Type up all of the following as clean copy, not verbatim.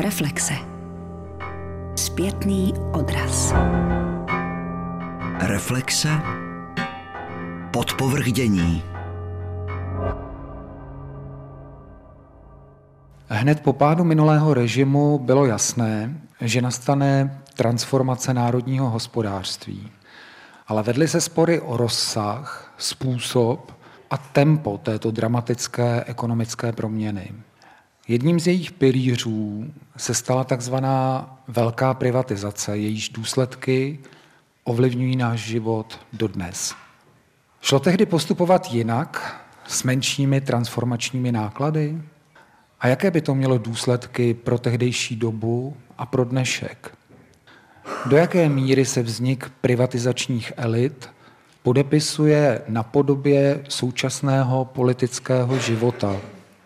Reflexe. Zpětný odraz. Reflexe. Podpovrchdění. Hned po pádu minulého režimu bylo jasné, že nastane transformace národního hospodářství. Ale vedly se spory o rozsah, způsob a tempo této dramatické ekonomické proměny. Jedním z jejich pilířů se stala takzvaná velká privatizace, jejíž důsledky ovlivňují náš život dodnes. Šlo tehdy postupovat jinak, s menšími transformačními náklady? A jaké by to mělo důsledky pro tehdejší dobu a pro dnešek? Do jaké míry se vznik privatizačních elit podepisuje na podobě současného politického života?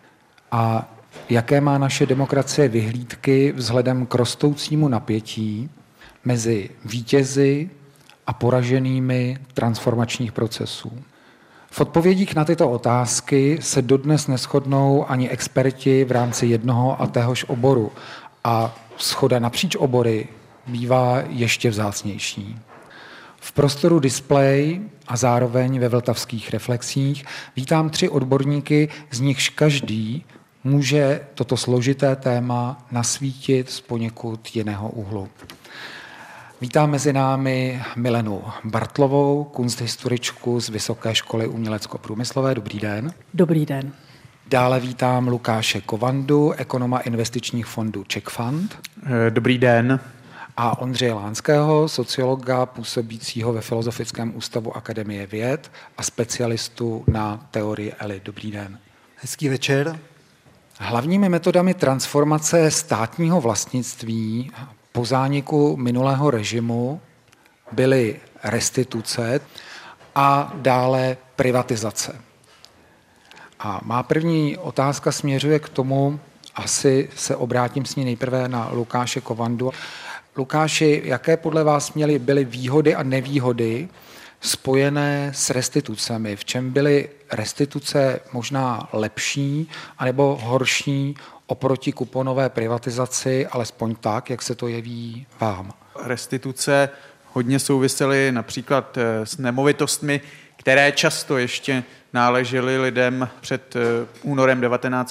A jaké má naše demokracie vyhlídky vzhledem k rostoucímu napětí mezi vítězi a poraženými transformačních procesů? V odpovědích na tyto otázky se dodnes neshodnou ani experti v rámci jednoho a téhož oboru a shoda napříč obory bývá ještě vzácnější. V prostoru Display a zároveň ve vltavských reflexích vítám 3 odborníky, z nichž každý může toto složité téma nasvítit z poněkud jiného úhlu. Vítám mezi námi Milenu Bartlovou, kunsthistoričku z Vysoké školy umělecko-průmyslové. Dobrý den. Dobrý den. Dále vítám Lukáše Kovandu, ekonoma investičních fondů Czech Fund. Dobrý den. A Ondřeje Lánského, sociologa působícího ve Filozofickém ústavu Akademie věd a specialistu na teorii elit. Dobrý den. Hezký večer. Hlavními metodami transformace státního vlastnictví po zániku minulého režimu byly restituce a dále privatizace. A má první otázka směřuje k tomu, asi se obrátím s ní nejprve na Lukáše Kovandu. Lukáši, jaké podle vás byly výhody a nevýhody spojené s restitucemi? V čem byly restituce možná lepší anebo horší oproti kuponové privatizaci, alespoň tak, jak se to jeví vám? Restituce hodně souvisely například s nemovitostmi, které často ještě náležely lidem před únorem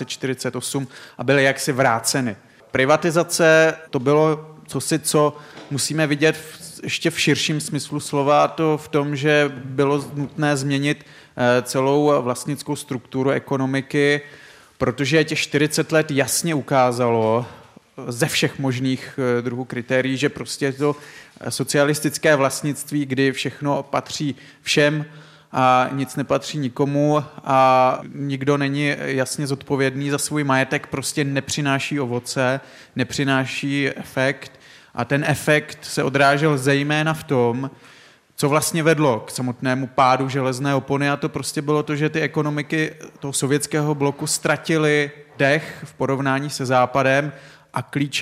1948 a byly jaksi vráceny. Privatizace to bylo co musíme vidět ještě v širším smyslu slova, a to v tom, že bylo nutné změnit celou vlastnickou strukturu ekonomiky, protože těch 40 let jasně ukázalo ze všech možných druhů kritérií, že prostě to socialistické vlastnictví, kdy všechno patří všem a nic nepatří nikomu a nikdo není jasně zodpovědný za svůj majetek, prostě nepřináší ovoce, nepřináší efekt. A ten efekt se odrážel zejména v tom, co vlastně vedlo k samotnému pádu železné opony, a to prostě bylo to, že ty ekonomiky toho sovětského bloku ztratily dech v porovnání se Západem a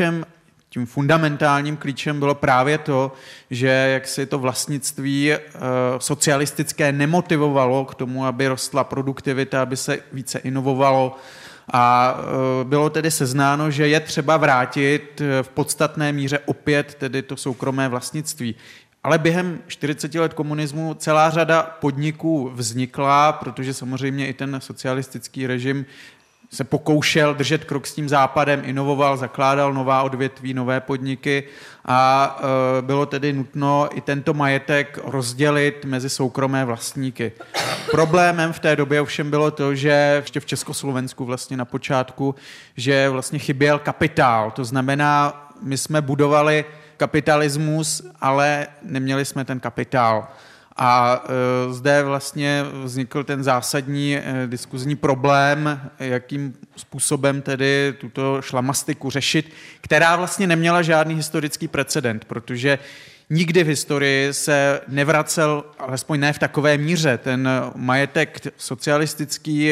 tím fundamentálním klíčem bylo právě to, že jak si to vlastnictví socialistické nemotivovalo k tomu, aby rostla produktivita, aby se více inovovalo, a bylo tedy seznáno, že je třeba vrátit v podstatné míře opět tedy to soukromé vlastnictví. Ale během 40 let komunismu celá řada podniků vznikla, protože samozřejmě i ten socialistický režim se pokoušel držet krok s tím Západem, inovoval, zakládal nová odvětví, nové podniky a bylo tedy nutno i tento majetek rozdělit mezi soukromé vlastníky. Problémem v té době ovšem bylo to, že ještě v Československu vlastně na počátku, že vlastně chyběl kapitál. To znamená, my jsme budovali kapitalismus, ale neměli jsme ten kapitál. A zde vlastně vznikl ten zásadní diskuzní problém, jakým způsobem tedy tuto šlamastiku řešit, která vlastně neměla žádný historický precedent, protože nikdy v historii se nevracel, alespoň ne v takové míře, ten majetek socialistický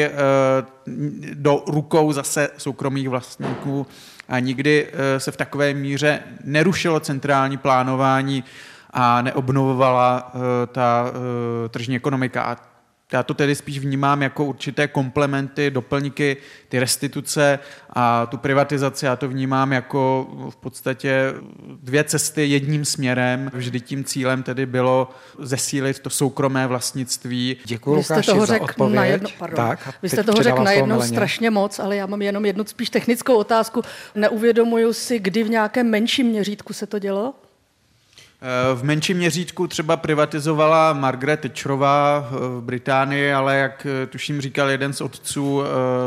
do rukou zase soukromých vlastníků a nikdy se v takové míře nerušilo centrální plánování a neobnovovala ta tržní ekonomika. A Já to tedy spíš vnímám jako určité komplementy, doplňky, ty restituce a tu privatizaci. Já to vnímám jako v podstatě dvě cesty jedním směrem. Vždy tím cílem tedy bylo zesílit to soukromé vlastnictví. Děkuji, Lukáši, za odpověď. Vy jste toho řekl najednou strašně moc, ale já mám jenom jednu spíš technickou otázku. Neuvědomuju si, kdy v nějakém menším měřítku se to dělo? V menším měřítku třeba privatizovala Margaret Thatcherová v Británii, ale jak tuším říkal jeden z otců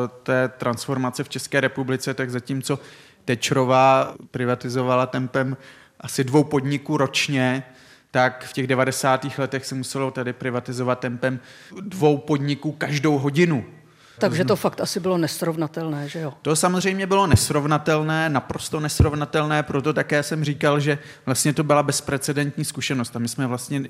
té transformace v České republice, tak zatímco Thatcherová privatizovala tempem asi 2 podniků ročně, tak v těch 90. letech se muselo tady privatizovat tempem 2 podniků každou hodinu. Takže to fakt asi bylo nesrovnatelné, že jo? To samozřejmě bylo nesrovnatelné, naprosto nesrovnatelné, proto také jsem říkal, že vlastně to byla bezprecedentní zkušenost a my jsme vlastně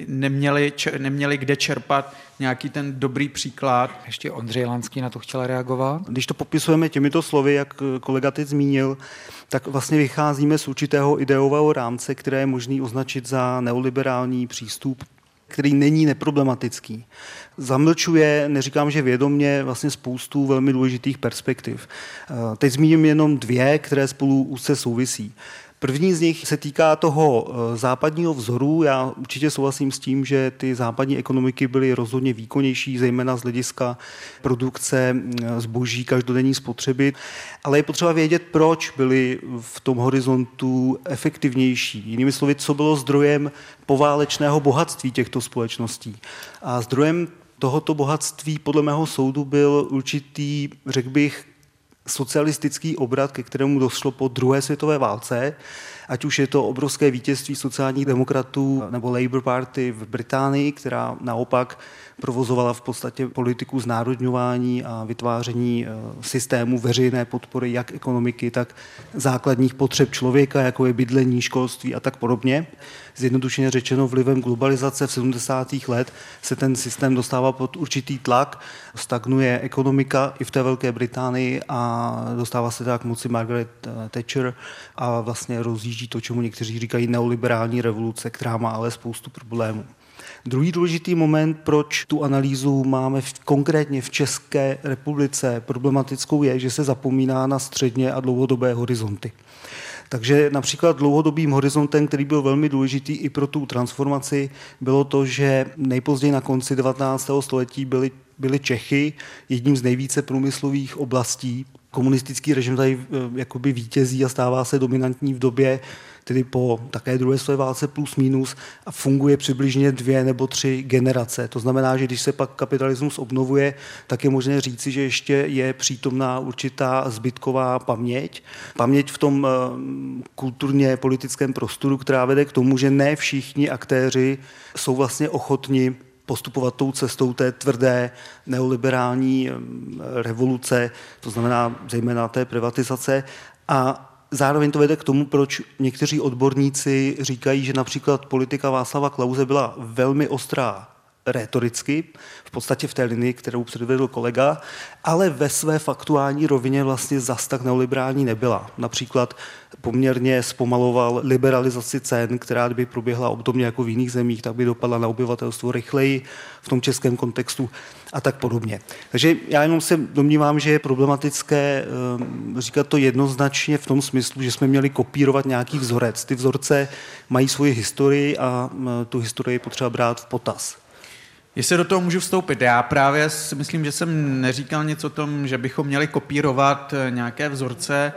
neměli kde čerpat nějaký ten dobrý příklad. Ještě Ondřej Lanský na to chtěl reagovat. Když to popisujeme těmito slovy, jak kolega teď zmínil, tak vlastně vycházíme z určitého ideového rámce, které je možný označit za neoliberální přístup, který není neproblematický. Zamlčuje, neříkám, že vědomě, vlastně spoustu velmi důležitých perspektiv. Teď zmíním jenom 2, které spolu úzce souvisí. První z nich se týká toho západního vzoru. Já určitě souhlasím s tím, že ty západní ekonomiky byly rozhodně výkonnější, zejména z hlediska produkce zboží každodenní spotřeby, ale je potřeba vědět, proč byly v tom horizontu efektivnější. Jinými slovy, co bylo zdrojem poválečného bohatství těchto společností. A zdrojem tohoto bohatství podle mého soudu byl určitý, řekl bych, socialistický obrat, ke kterému došlo po druhé světové válce, ať už je to obrovské vítězství sociálních demokratů nebo Labour Party v Británii, která naopak provozovala v podstatě politiku znárodňování a vytváření systému veřejné podpory jak ekonomiky, tak základních potřeb člověka, jako je bydlení, školství a tak podobně. Zjednodušeně řečeno, vlivem globalizace v 70. let se ten systém dostává pod určitý tlak, stagnuje ekonomika i v té Velké Británii a dostává se tak k moci Margaret Thatcher a vlastně rozjíždí to, čemu někteří říkají neoliberální revoluce, která má ale spoustu problémů. Druhý důležitý moment, proč tu analýzu máme konkrétně v České republice problematickou, je, že se zapomíná na středně a dlouhodobé horizonty. Takže například dlouhodobým horizontem, který byl velmi důležitý i pro tu transformaci, bylo to, že nejpozději na konci 19. století byly Čechy jedním z nejvíce průmyslových oblastí. Komunistický režim tady jakoby vítězí a stává se dominantní v době, tedy po také druhé světové válce plus minus a funguje přibližně 2 nebo 3 generace. To znamená, že když se pak kapitalismus obnovuje, tak je možné říci, že ještě je přítomná určitá zbytková paměť. Paměť v tom kulturně politickém prostoru, která vede k tomu, že ne všichni aktéři jsou vlastně ochotni postupovat tou cestou té tvrdé neoliberální revoluce, to znamená zejména té privatizace. A zároveň to vede k tomu, proč někteří odborníci říkají, že například politika Václava Klause byla velmi ostrá rétoricky, v podstatě v té linii, kterou předvedl kolega, ale ve své faktuální rovině vlastně zas tak neoliberální nebyla. Například poměrně zpomaloval liberalizaci cen, která kdyby proběhla obdobně jako v jiných zemích, tak by dopadla na obyvatelstvo rychleji v tom českém kontextu a tak podobně. Takže já jenom se domnívám, že je problematické říkat to jednoznačně v tom smyslu, že jsme měli kopírovat nějaký vzorec. Ty vzorce mají svoji historii a tu historii je potřeba brát v potaz. Jestli do toho můžu vstoupit, já právě si myslím, že jsem neříkal nic o tom, že bychom měli kopírovat nějaké vzorce,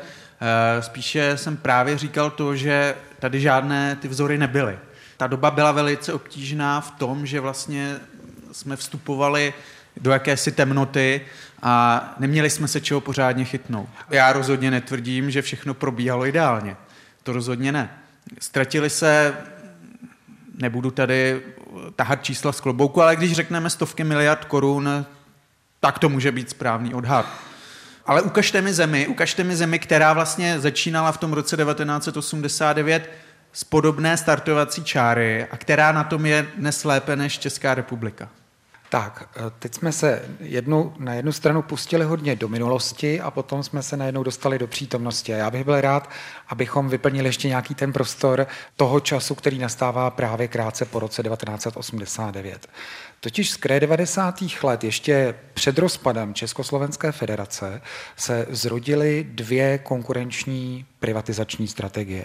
spíše jsem právě říkal to, že tady žádné ty vzory nebyly. Ta doba byla velice obtížná v tom, že vlastně jsme vstupovali do jakési temnoty a neměli jsme se čeho pořádně chytnout. Já rozhodně netvrdím, že všechno probíhalo ideálně. To rozhodně ne. Ztratili se, nebudu tady tahat čísla z klobouku, ale když řekneme stovky miliard korun, tak to může být správný odhad. Ale ukažte mi zemi, která vlastně začínala v tom roce 1989 z podobné startovací čáry a která na tom je dnes lépe než Česká republika. Tak, teď jsme se na jednu stranu pustili hodně do minulosti a potom jsme se najednou dostali do přítomnosti. A já bych byl rád, abychom vyplnili ještě nějaký ten prostor toho času, který nastává právě krátce po roce 1989. Totiž z kraje 90. let, ještě před rozpadem Československé federace, se zrodily dvě konkurenční privatizační strategie.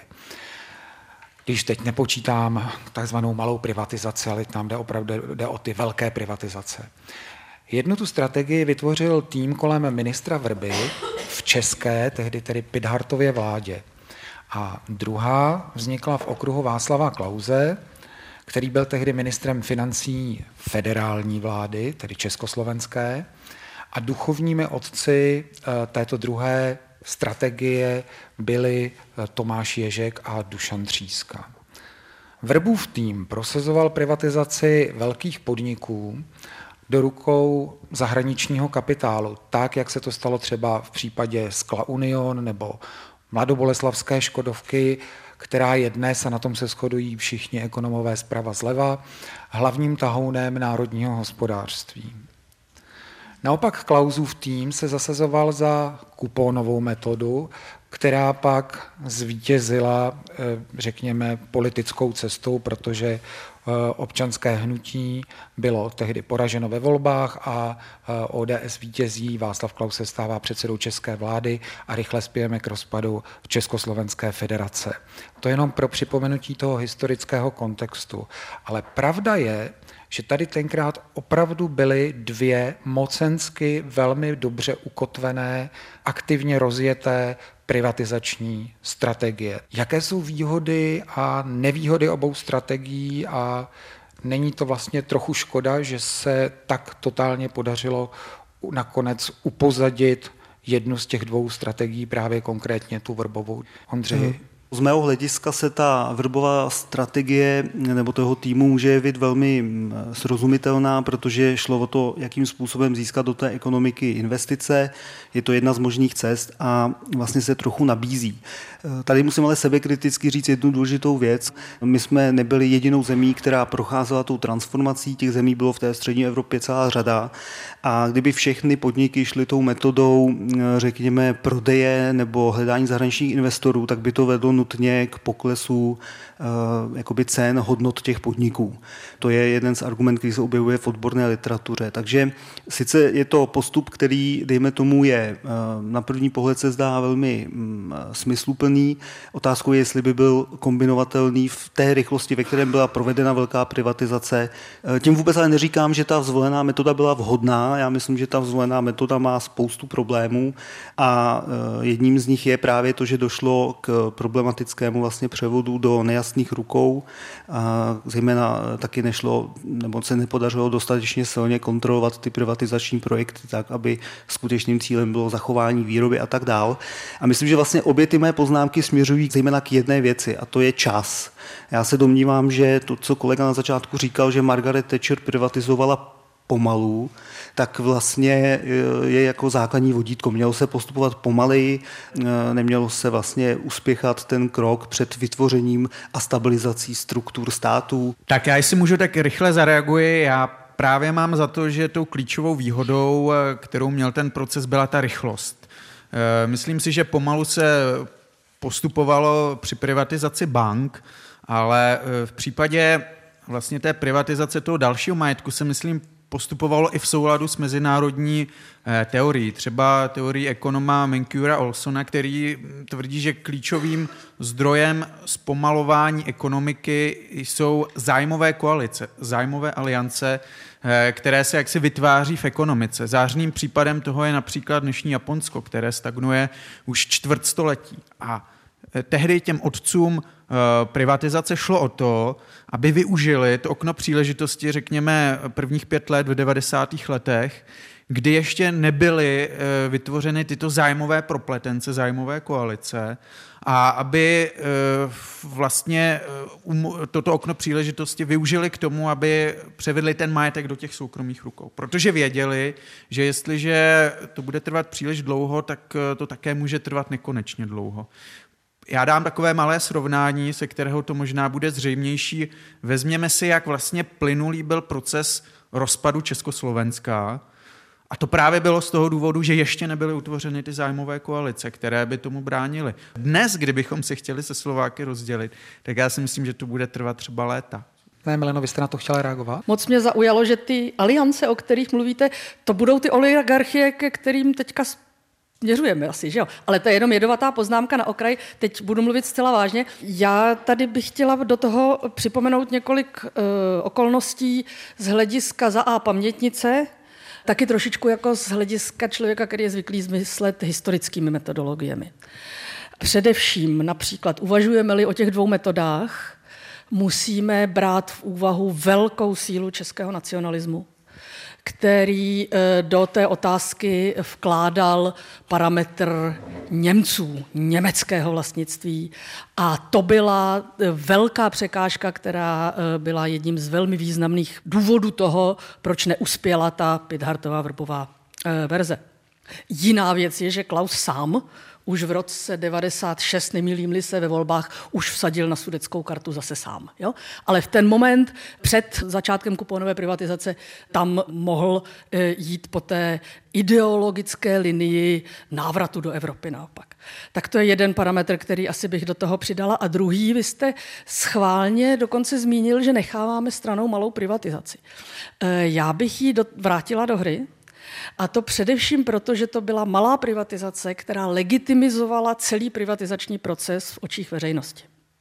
Když teď nepočítám takzvanou malou privatizaci, ale tam jde o ty velké privatizace. Jednu tu strategii vytvořil tým kolem ministra Vrby v české, tehdy tedy Pithartově vládě. A druhá vznikla v okruhu Václava Klause, který byl tehdy ministrem financí federální vlády, tedy československé, a duchovními otci této druhé strategie byli Tomáš Ježek a Dušan Tříska. Vrbův tým prosazoval privatizaci velkých podniků do rukou zahraničního kapitálu, tak, jak se to stalo třeba v případě Skla Union nebo Mladoboleslavské Škodovky, která je dnes, a na tom se shodují všichni ekonomové zprava zleva, hlavním tahounem národního hospodářství. Naopak Klausův tým se zasazoval za kuponovou metodu, která pak zvítězila, řekněme, politickou cestou, protože občanské hnutí bylo tehdy poraženo ve volbách a ODS vítězí, Václav Klaus se stává předsedou české vlády a rychle spějeme k rozpadu Československé federace. To je jenom pro připomenutí toho historického kontextu. Ale pravda je, že tady tenkrát opravdu byly dvě mocensky velmi dobře ukotvené, aktivně rozjeté privatizační strategie. Jaké jsou výhody a nevýhody obou strategií a není to vlastně trochu škoda, že se tak totálně podařilo nakonec upozadit jednu z těch dvou strategií, právě konkrétně tu Vrbovou. Ondřej? Z mého hlediska se ta Vrbová strategie nebo toho týmu může jevit velmi srozumitelná, protože šlo o to, jakým způsobem získat do té ekonomiky investice. Je to jedna z možných cest a vlastně se trochu nabízí. Tady musím ale sebekriticky říct jednu důležitou věc. My jsme nebyli jedinou zemí, která procházela tou transformací. Těch zemí bylo v té střední Evropě celá řada. A kdyby všechny podniky šly tou metodou, řekněme, prodeje nebo hledání zahraničních investorů, tak by to vedlo nutně k poklesu jakoby cen hodnot těch podniků. To je jeden z argumentů, který se objevuje v odborné literatuře. Takže sice je to postup, který, dejme tomu, je na první pohled se zdá velmi smysluplný. Otázkou je, jestli by byl kombinovatelný v té rychlosti, ve kterém byla provedena velká privatizace. Tím vůbec ale neříkám, že ta zvolená metoda byla vhodná. Já myslím, že ta zvolená metoda má spoustu problémů a jedním z nich je právě to, že došlo k problematickému vlastně převodu do nejasných rukou. A zejména taky nešlo, nebo se nepodařilo dostatečně silně kontrolovat ty privatizační projekty tak, aby skutečným cílem bylo zachování výroby a tak dál. A myslím, že vlastně obě ty mé poznámky směřují zejména k jedné věci a to je čas. Já se domnívám, že to, co kolega na začátku říkal, že Margaret Thatcher privatizovala pomalu, tak vlastně je jako základní vodítko. Mělo se postupovat pomaleji, nemělo se vlastně uspěchat ten krok před vytvořením a stabilizací struktur států. Tak já jestli můžu, tak rychle zareaguji. Já právě mám za to, že tou klíčovou výhodou, kterou měl ten proces, byla ta rychlost. Myslím si, že pomalu se postupovalo při privatizaci bank, ale v případě vlastně té privatizace toho dalšího majetku se, myslím, postupovalo i v souladu s mezinárodní teorií. Třeba teorií ekonoma Menkura Olsona, který tvrdí, že klíčovým zdrojem zpomalování ekonomiky jsou zájmové koalice, zájmové aliance, které se jaksi vytváří v ekonomice. Zářným případem toho je například dnešní Japonsko, které stagnuje už čtvrtstoletí. A tehdy těm otcům privatizace šlo o to, aby využili to okno příležitosti, řekněme, prvních 5 let v 90. letech, kdy ještě nebyly vytvořeny tyto zájmové propletence, zájmové koalice a aby vlastně toto okno příležitosti využili k tomu, aby převedli ten majetek do těch soukromých rukou. Protože věděli, že jestliže to bude trvat příliš dlouho, tak to také může trvat nekonečně dlouho. Já dám takové malé srovnání, se kterého to možná bude zřejmější. Vezměme si, jak vlastně plynulý byl proces rozpadu Československa. A to právě bylo z toho důvodu, že ještě nebyly utvořeny ty zájmové koalice, které by tomu bránily. Dnes, kdybychom se chtěli se Slováky rozdělit, tak já si myslím, že to bude trvat třeba léta. Ne, Mileno, vy jste na to chtěla reagovat? Moc mě zaujalo, že ty aliance, o kterých mluvíte, to budou ty oligarchie, ke kterým teďka směřujeme asi, že jo? Ale to je jenom jedovatá poznámka na okraj, teď budu mluvit zcela vážně. Já tady bych chtěla do toho připomenout několik okolností z hlediska za A pamětnice, taky trošičku jako z hlediska člověka, který je zvyklý zmyslet historickými metodologiemi. Především například uvažujeme-li o těch dvou metodách, musíme brát v úvahu velkou sílu českého nacionalismu, který do té otázky vkládal parametr Němců, německého vlastnictví. A to byla velká překážka, která byla jedním z velmi významných důvodů toho, proč neuspěla ta Pithardtova Vrbová verze. Jiná věc je, že Klaus sám už v roce 96, nemýlím-li se ve volbách, už vsadil na sudetskou kartu zase sám. Jo? Ale v ten moment před začátkem kuponové privatizace tam mohl jít po té ideologické linii návratu do Evropy naopak. Tak to je jeden parametr, který asi bych do toho přidala. A druhý, vy jste schválně dokonce zmínil, že necháváme stranou malou privatizaci. Já bych ji vrátila do hry. A to především proto, že to byla malá privatizace, která legitimizovala celý privatizační proces v očích veřejnosti.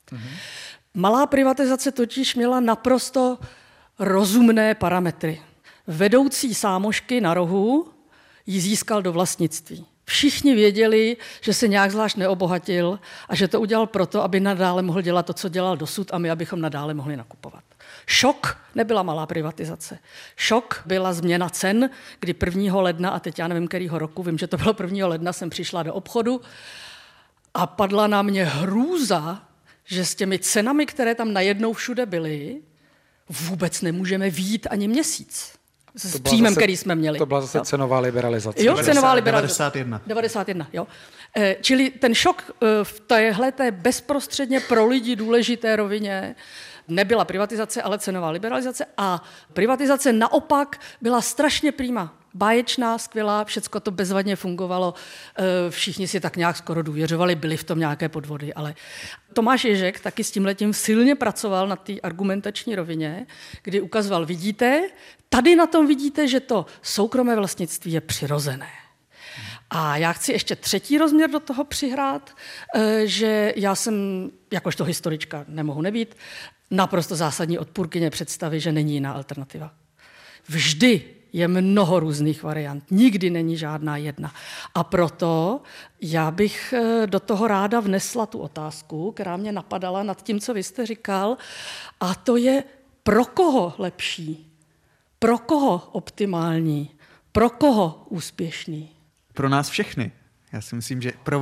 Malá privatizace totiž měla naprosto rozumné parametry. Vedoucí sámošky na rohu ji získal do vlastnictví. Všichni věděli, že se nějak zvlášť neobohatil a že to udělal proto, aby nadále mohl dělat to, co dělal dosud, a my, abychom nadále mohli nakupovat. Šok nebyla malá privatizace. Šok byla změna cen, kdy 1. ledna, a teď já nevím, kterýho roku, vím, že to bylo 1. ledna, jsem přišla do obchodu a padla na mě hrůza, že s těmi cenami, které tam najednou všude byly, vůbec nemůžeme vyjít ani měsíc. S příjmem, který jsme měli. To byla zase cenová liberalizace. Jo, cenová liberalizace. 91. Jo. Čili ten šok v téhleté bezprostředně pro lidi důležité rovině nebyla privatizace, ale cenová liberalizace. A privatizace naopak byla strašně prima, báječná, skvělá, všecko to bezvadně fungovalo, všichni si tak nějak skoro důvěřovali, byly v tom nějaké podvody, ale Tomáš Ježek taky s tímhletím silně pracoval na té argumentační rovině, kdy ukazoval, vidíte, tady na tom vidíte, že to soukromé vlastnictví je přirozené. A já chci ještě třetí rozměr do toho přihrát, že já jsem, jakožto historička nemohu nebýt, naprosto zásadní odpůrkyně představy, že není jiná alternativa. Vždy je mnoho různých variant, nikdy není žádná jedna. A proto já bych do toho ráda vnesla tu otázku, která mě napadala nad tím, co vy jste říkal, a to je, pro koho lepší, pro koho optimální, pro koho úspěšný. Pro nás všechny. Já si myslím, že pro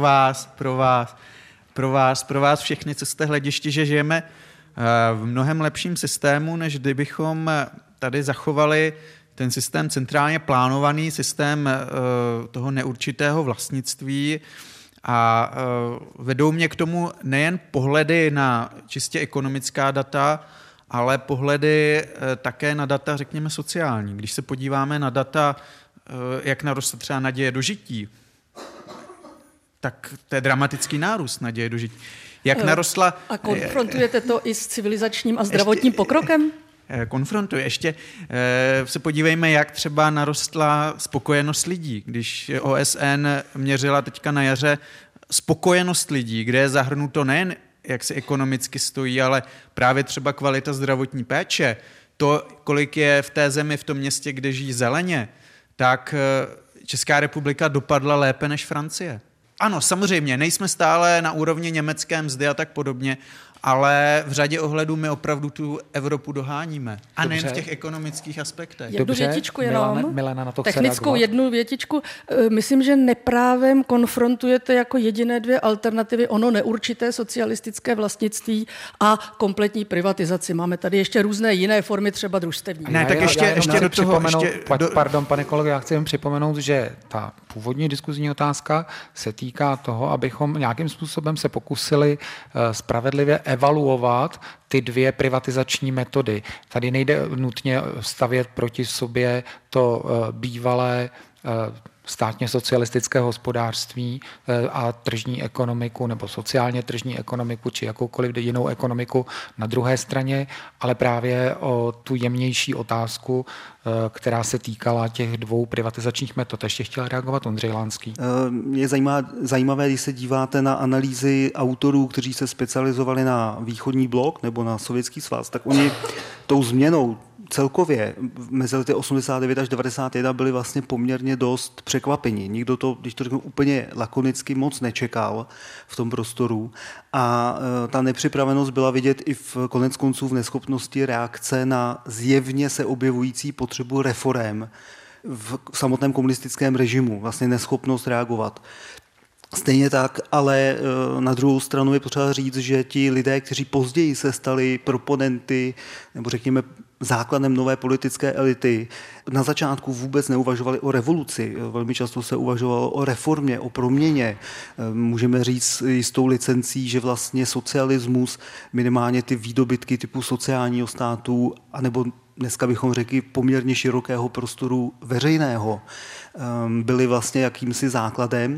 vás všechny, co jste hledišti, že žijeme v mnohem lepším systému, než kdybychom tady zachovali ten systém centrálně plánovaný, systém toho neurčitého vlastnictví. A vedou mě k tomu nejen pohledy na čistě ekonomická data, ale pohledy také na data, řekněme, sociální. Když se podíváme na data, jak narostla třeba naděje do žití, tak to je dramatický nárůst naděje do žití. Jak narostla... A konfrontujete to i s civilizačním a zdravotním pokrokem? Konfrontuje. Ještě se podívejme, jak třeba narostla spokojenost lidí. Když OSN měřila teďka na jaře spokojenost lidí, kde je zahrnuto nejen, jak se ekonomicky stojí, ale právě třeba kvalita zdravotní péče, to, kolik je v té zemi, v tom městě, kde žijí zeleně, tak Česká republika dopadla lépe než Francie. Ano, samozřejmě, nejsme stále na úrovni německé mzdy a tak podobně, ale v řadě ohledů my opravdu tu Evropu doháníme. A nejen v těch ekonomických aspektech. Jednu větičku jenom, Milena na to technickou jednu větičku. Myslím, že neprávem konfrontujete jako jediné dvě alternativy ono neurčité socialistické vlastnictví a kompletní privatizaci. Máme tady ještě různé jiné formy, třeba družstevní. Ne, tak ještě do toho... Pardon, pane kolego, já chci jen připomenout, že ta původní diskuzní otázka se týká toho, abychom nějakým způsobem se pokusili spravedlivě evaluovat ty dvě privatizační metody. Tady nejde nutně stavět proti sobě to bývalé státně socialistické hospodářství a tržní ekonomiku nebo sociálně tržní ekonomiku či jakoukoliv jinou ekonomiku na druhé straně, ale právě o tu jemnější otázku, která se týkala těch dvou privatizačních metod. Ještě chtěl reagovat Ondřej Lánský. Je zajímavé, když se díváte na analýzy autorů, kteří se specializovali na východní blok nebo na Sovětský svaz, tak oni tou změnou celkově mezi lety 89 až 91 byli vlastně poměrně dost překvapení. Nikdo to, když to řeknu úplně lakonicky, moc nečekal v tom prostoru a ta nepřipravenost byla vidět i v konec konců v neschopnosti reakce na zjevně se objevující potřebu reforem v samotném komunistickém režimu, vlastně neschopnost reagovat. Stejně tak, ale na druhou stranu je potřeba říct, že ti lidé, kteří později se stali proponenty nebo řekněme základem nové politické elity, na začátku vůbec neuvažovali o revoluci. Velmi často se uvažovalo o reformě, o proměně. Můžeme říct jistou licencí, že vlastně socialismus, minimálně ty výdobytky typu sociálního státu, anebo dneska bychom řekli poměrně širokého prostoru veřejného, byly vlastně jakýmsi základem.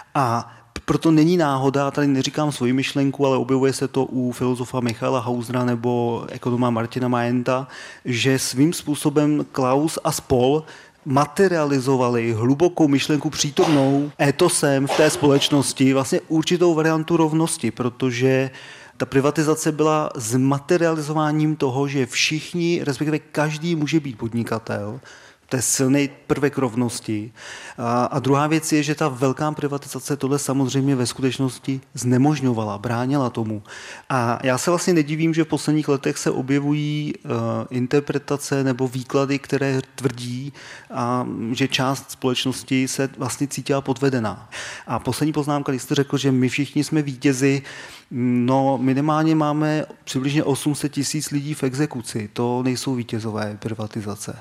A proto není náhoda, tady neříkám svoji myšlenku, ale objevuje se to u filozofa Michaela Hausera nebo ekonoma Martina Majenta, že svým způsobem Klaus a spol materializovali hlubokou myšlenku přítomnou étosem v té společnosti, vlastně určitou variantu rovnosti, protože ta privatizace byla zmaterializováním toho, že všichni, respektive každý může být podnikatel. To je silný prvek rovnosti. A druhá věc je, že ta velká privatizace tohle samozřejmě ve skutečnosti znemožňovala, bránila tomu. A já se vlastně nedivím, že v posledních letech se objevují interpretace nebo výklady, které tvrdí, že část společnosti se vlastně cítila podvedená. A poslední poznámka, když jste řekl, že my všichni jsme vítězi, no minimálně máme přibližně 800 000 lidí v exekuci. To nejsou vítězové privatizace.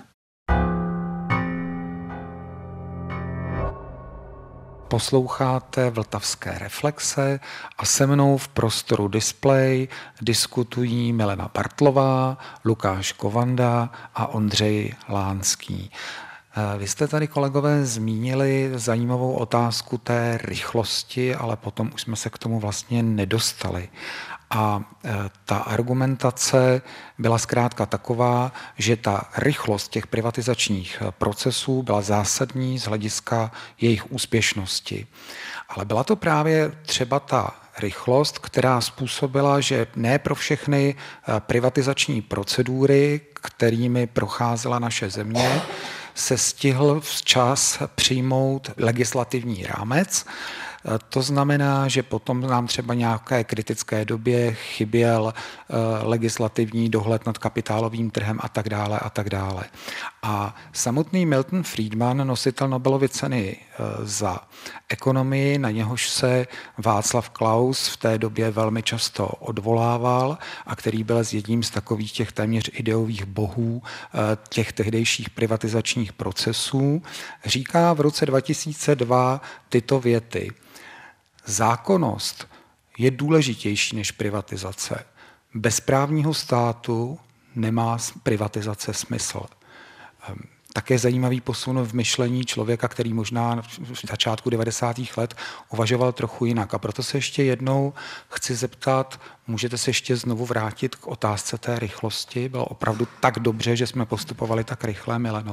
Posloucháte Vltavské reflexe a se mnou v prostoru Display diskutují Milena Bartlová, Lukáš Kovanda a Ondřej Lánský. Vy jste tady, kolegové, zmínili zajímavou otázku té rychlosti, ale potom už jsme se k tomu vlastně nedostali. A ta argumentace byla zkrátka taková, že ta rychlost těch privatizačních procesů byla zásadní z hlediska jejich úspěšnosti. Ale byla to právě třeba ta rychlost, která způsobila, že ne pro všechny privatizační procedury, kterými procházela naše země, se stihl včas přijmout legislativní rámec. To znamená, že potom nám třeba nějaké kritické době chyběl legislativní dohled nad kapitálovým trhem a tak dále a tak dále. A samotný Milton Friedman, nositel Nobelovy ceny za ekonomii, na něhož se Václav Klaus v té době velmi často odvolával a který byl jedním z takových těch téměř ideových bohů těch tehdejších privatizačních procesů, říká v roce 2002 tyto věty. Zákonnost je důležitější než privatizace. Bez právního státu nemá privatizace smysl. Také zajímavý posun v myšlení člověka, který možná v začátku 90. let uvažoval trochu jinak. A proto se ještě jednou chci zeptat, můžete se ještě znovu vrátit k otázce té rychlosti? Bylo opravdu tak dobře, že jsme postupovali tak rychle, Mileno?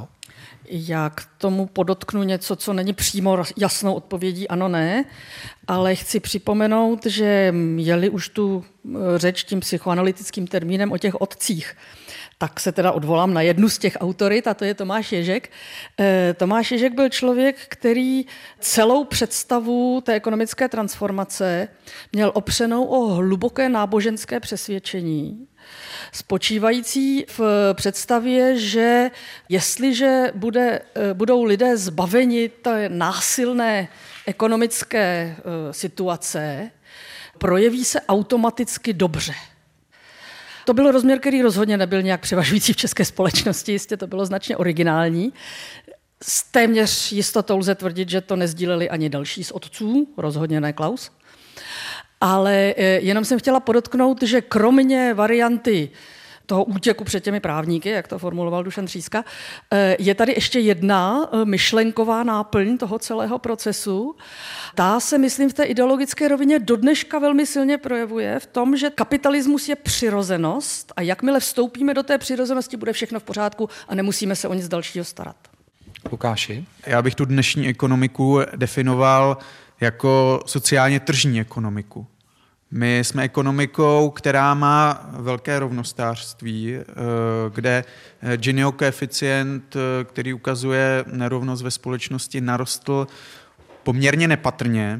Já k tomu podotknu něco, co není přímo jasnou odpovědí ano, ne, ale chci připomenout, že je-li už tu řeč tím psychoanalytickým termínem o těch otcích, tak se teda odvolám na jednu z těch autorit, a to je Tomáš Ježek. Tomáš Ježek byl člověk, který celou představu té ekonomické transformace měl opřenou o hluboké náboženské přesvědčení, spočívající v představě, že jestliže budou lidé zbaveni té násilné ekonomické situace, projeví se automaticky dobře. To byl rozměr, který rozhodně nebyl nějak převažující v české společnosti, jistě to bylo značně originální. S téměř jistotou lze tvrdit, že to nezdíleli ani další z otců, rozhodně ne Klaus. Ale jenom jsem chtěla podotknout, že kromě varianty toho útěku před těmi právníky, jak to formuloval Dušan Tříska, je tady ještě jedna myšlenková náplň toho celého procesu. Ta se, myslím, v té ideologické rovině dodneška velmi silně projevuje v tom, že kapitalismus je přirozenost a jakmile vstoupíme do té přirozenosti, bude všechno v pořádku a nemusíme se o nic dalšího starat. Lukáši? Já bych tu dnešní ekonomiku definoval jako sociálně tržní ekonomiku. My jsme ekonomikou, která má velké rovnostářství, kde Giniho koeficient, který ukazuje nerovnost ve společnosti, narostl poměrně nepatrně,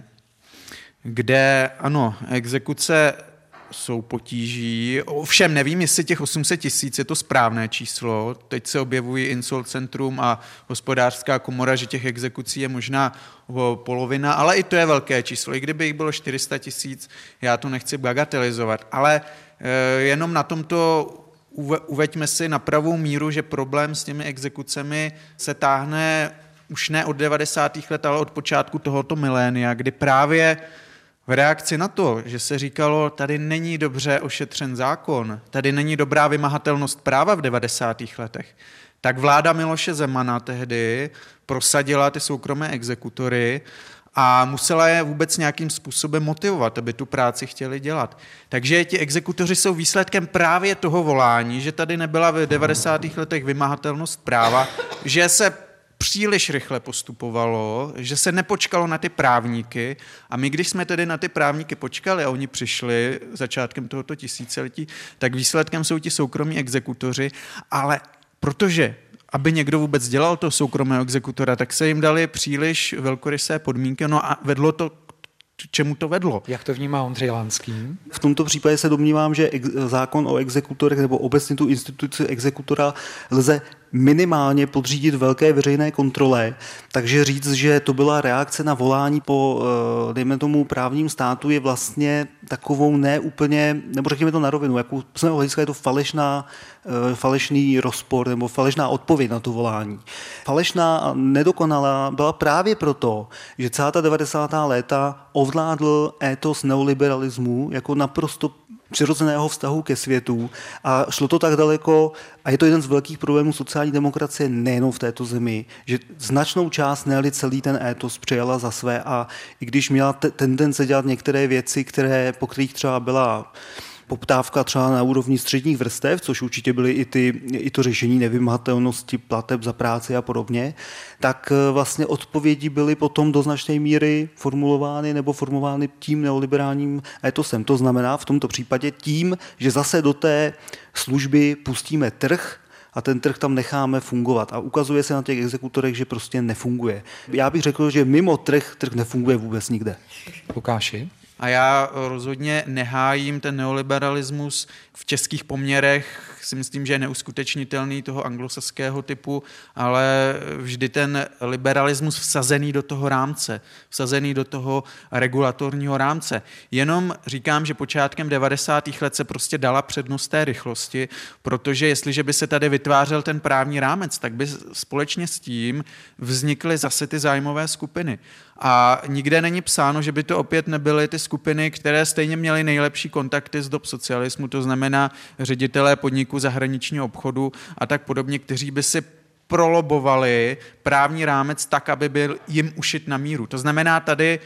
kde ano, exekuce jsou potíží. Ovšem nevím, jestli těch 800 000 je to správné číslo. Teď se objevují Insolcentrum a Hospodářská komora, že těch exekucí je možná polovina, ale i to je velké číslo. I kdyby jich bylo 400 000, já to nechci bagatelizovat. Ale jenom na tomto uveďme si na pravou míru, že problém s těmi exekucemi se táhne už ne od 90. let, ale od počátku tohoto milénia, kdy právě v reakci na to, že se říkalo, tady není dobře ošetřen zákon, tady není dobrá vymahatelnost práva v 90. letech, tak vláda Miloše Zemana tehdy prosadila ty soukromé exekutory a musela je vůbec nějakým způsobem motivovat, aby tu práci chtěli dělat. Takže ti exekutoři jsou výsledkem právě toho volání, že tady nebyla v 90. letech vymahatelnost práva, že se příliš rychle postupovalo, že se nepočkalo na ty právníky a my, když jsme tedy na ty právníky počkali a oni přišli začátkem tohoto tisíciletí, tak výsledkem jsou ti soukromí exekutoři, ale protože aby někdo vůbec dělal toho soukromého exekutora, tak se jim dali příliš velkorysé podmínky, no a vedlo to čemu to vedlo. Jak to vnímá Ondřej Lanský? V tomto případě se domnívám, že zákon o exekutorech nebo obecně tu instituci exekutora lze minimálně podřídit velké veřejné kontrole, takže říct, že to byla reakce na volání po, dejme tomu, právním státu je vlastně takovou neúplně, nebo řekněme to na rovinu, jako z mého hlediska je to falešný rozpor nebo falešná odpověď na to volání. Falešná a nedokonalá byla právě proto, že celá ta 90. léta ovládl étos neoliberalismu jako naprosto přirozeného vztahu ke světu a šlo to tak daleko, a je to jeden z velkých problémů sociální demokracie nejenom v této zemi, že značnou část, ne-li celý ten étos přijala za své a i když měla tendence dělat některé věci, po kterých třeba byla poptávka třeba na úrovni středních vrstev, což určitě byly i to řešení nevymahatelnosti plateb za práci a podobně, tak vlastně odpovědi byly potom do značné míry formulovány tím neoliberálním étosem. To znamená v tomto případě tím, že zase do té služby pustíme trh a ten trh tam necháme fungovat. A ukazuje se na těch exekutorech, že prostě nefunguje. Já bych řekl, že mimo trh nefunguje vůbec nikde. Lukáši? A já rozhodně nehájím ten neoliberalismus v českých poměrech, si myslím, že je neuskutečnitelný toho anglosaského typu, ale vždy ten liberalismus vsazený do toho rámce, vsazený do toho regulatorního rámce. Jenom říkám, že počátkem 90. let se prostě dala přednost té rychlosti, protože jestliže by se tady vytvářel ten právní rámec, tak by společně s tím vznikly zase ty zájmové skupiny. A nikde není psáno, že by to opět nebyly ty skupiny, které stejně měly nejlepší kontakty z dob socialismu, to znamená ředitelé podniků zahraničního obchodu a tak podobně, kteří by si prolobovali právní rámec tak, aby byl jim ušit na míru. To znamená tady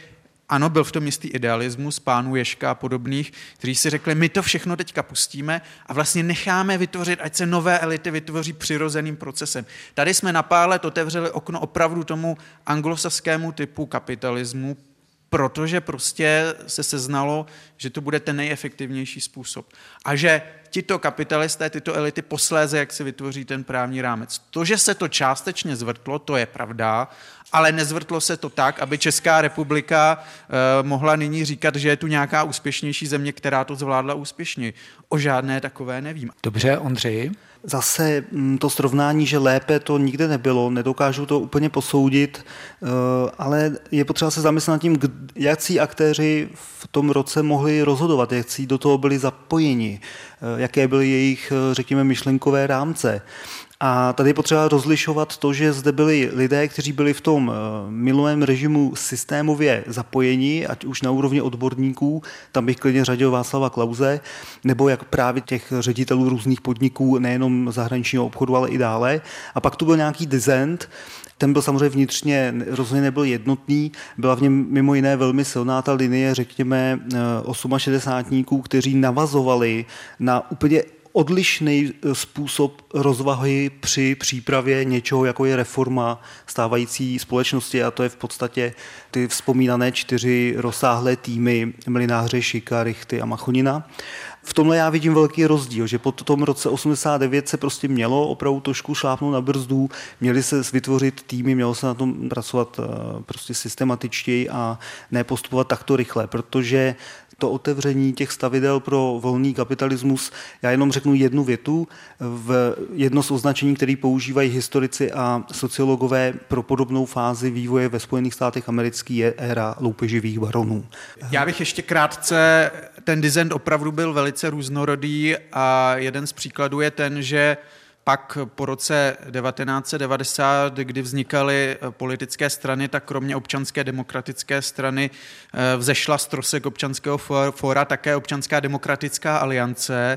ano, byl v tom jistý idealismus pánů Ježka a podobných, kteří si řekli, my to všechno teďka pustíme a vlastně necháme vytvořit, ať se nové elity vytvoří přirozeným procesem. Tady jsme na pár let otevřeli okno opravdu tomu anglosaskému typu kapitalismu, protože prostě se seznalo, že to bude ten nejefektivnější způsob. A že tito kapitalisté, tyto elity posléze, jak se vytvoří ten právní rámec. To, že se to částečně zvrtlo, to je pravda, ale nezvrtlo se to tak, aby Česká republika mohla nyní říkat, že je tu nějaká úspěšnější země, která to zvládla úspěšně. O žádné takové nevím. Dobře, Ondřeji. Zase to srovnání, že lépe to nikde nebylo, nedokážu to úplně posoudit, ale je potřeba se zamyslet nad tím, jakcí aktéři v tom roce mohli rozhodovat, jakcí do toho byli zapojeni, jaké byly jejich, řekněme, myšlenkové rámce. A tady je potřeba rozlišovat to, že zde byli lidé, kteří byli v tom minulém režimu systémově zapojeni, ať už na úrovni odborníků, tam bych klidně řadil Václava Klause, nebo jak právě těch ředitelů různých podniků, nejenom zahraničního obchodu, ale i dále. A pak tu byl nějaký dissent, ten byl samozřejmě vnitřně, rozhodně nebyl jednotný, byla v něm mimo jiné velmi silná ta linie, řekněme, 68, kteří navazovali na úplně odlišný způsob rozvahy při přípravě něčeho, jako je reforma stávající společnosti, a to je v podstatě ty vzpomínané 4 rozsáhlé týmy Mlynáře, Šika, Richty a Machonina. V tomhle já vidím velký rozdíl, že po tom roce 89 se prostě mělo opravdu trošku šlápnout na brzdu, měli se vytvořit týmy, mělo se na tom pracovat prostě systematičtěji a ne postupovat takto rychle, protože to otevření těch stavidel pro volný kapitalismus, já jenom řeknu jednu větu, jedno z označení, které používají historici a sociologové pro podobnou fázi vývoje ve Spojených státech amerických, je éra loupeživých baronů. Já bych ještě krátce, ten dissent opravdu byl velice různorodý a jeden z příkladů je ten, že pak po roce 1990, kdy vznikaly politické strany, tak kromě Občanské demokratické strany vzešla z trosek Občanského fóra také Občanská demokratická aliance,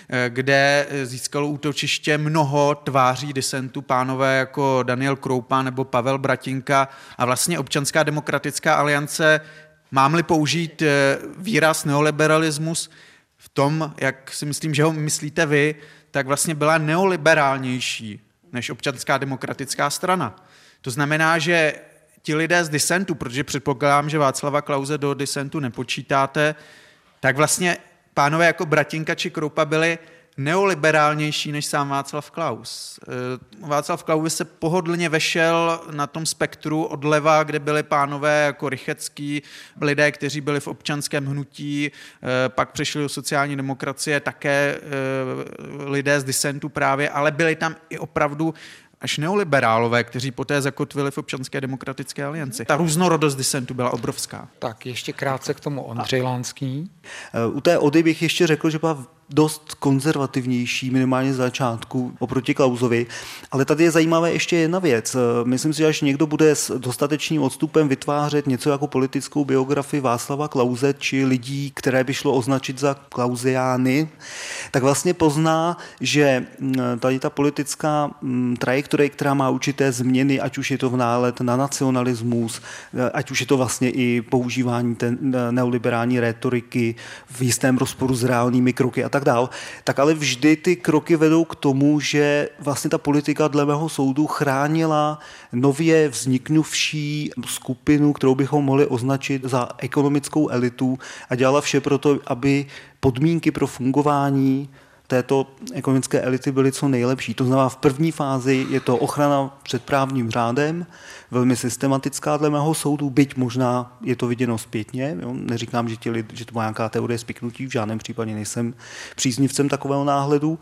kde získalo útočiště mnoho tváří disentu, pánové jako Daniel Kroupa nebo Pavel Bratinka, a vlastně Občanská demokratická aliance, mám-li použít výraz neoliberalismus, v tom, jak si myslím, že ho myslíte vy, tak vlastně byla neoliberálnější než Občanská demokratická strana. To znamená, že ti lidé z disentu, protože předpokládám, že Václava Klause do disentu nepočítáte, tak vlastně pánové jako Bratinka či Kroupa byli neoliberálnější než sám Václav Klaus. Václav Klaus se pohodlně vešel na tom spektru odleva, kde byli pánové jako Rychecký, lidé, kteří byli v občanském hnutí, pak přešli do sociální demokracie, také lidé z disentu právě, ale byli tam i opravdu až neoliberálové, kteří poté zakotvili v Občanské demokratické alianci. Ta různorodost disentu byla obrovská. Tak ještě krátce k tomu Ondřej Lánský. U té Ody bych ještě řekl, že byla dost konzervativnější, minimálně z začátku oproti Klausovi. Ale tady je zajímavé ještě jedna věc. Myslím si, že až někdo bude s dostatečným odstupem vytvářet něco jako politickou biografii Václava Klause či lidí, které by šlo označit za klausiány, tak vlastně pozná, že tady ta politická trajektorie, která má určité změny, ať už je to v nálet na nacionalismus, ať už je to vlastně i používání té neoliberální rétoriky v jistém rozporu s reálnými kroky a tak dál, tak ale vždy ty kroky vedou k tomu, že vlastně ta politika dle mého soudu chránila nově vzniknuvší skupinu, kterou bychom mohli označit za ekonomickou elitu, a dělala vše pro to, aby podmínky pro fungování této ekonomické elity byly co nejlepší. To znamená, v první fázi je to ochrana před právním řádem, velmi systematická dle mého soudu, byť možná je to viděno zpětně. Jo? Neříkám, že to má nějaká teorie spiknutí, v žádném případě nejsem příznivcem takového náhledu,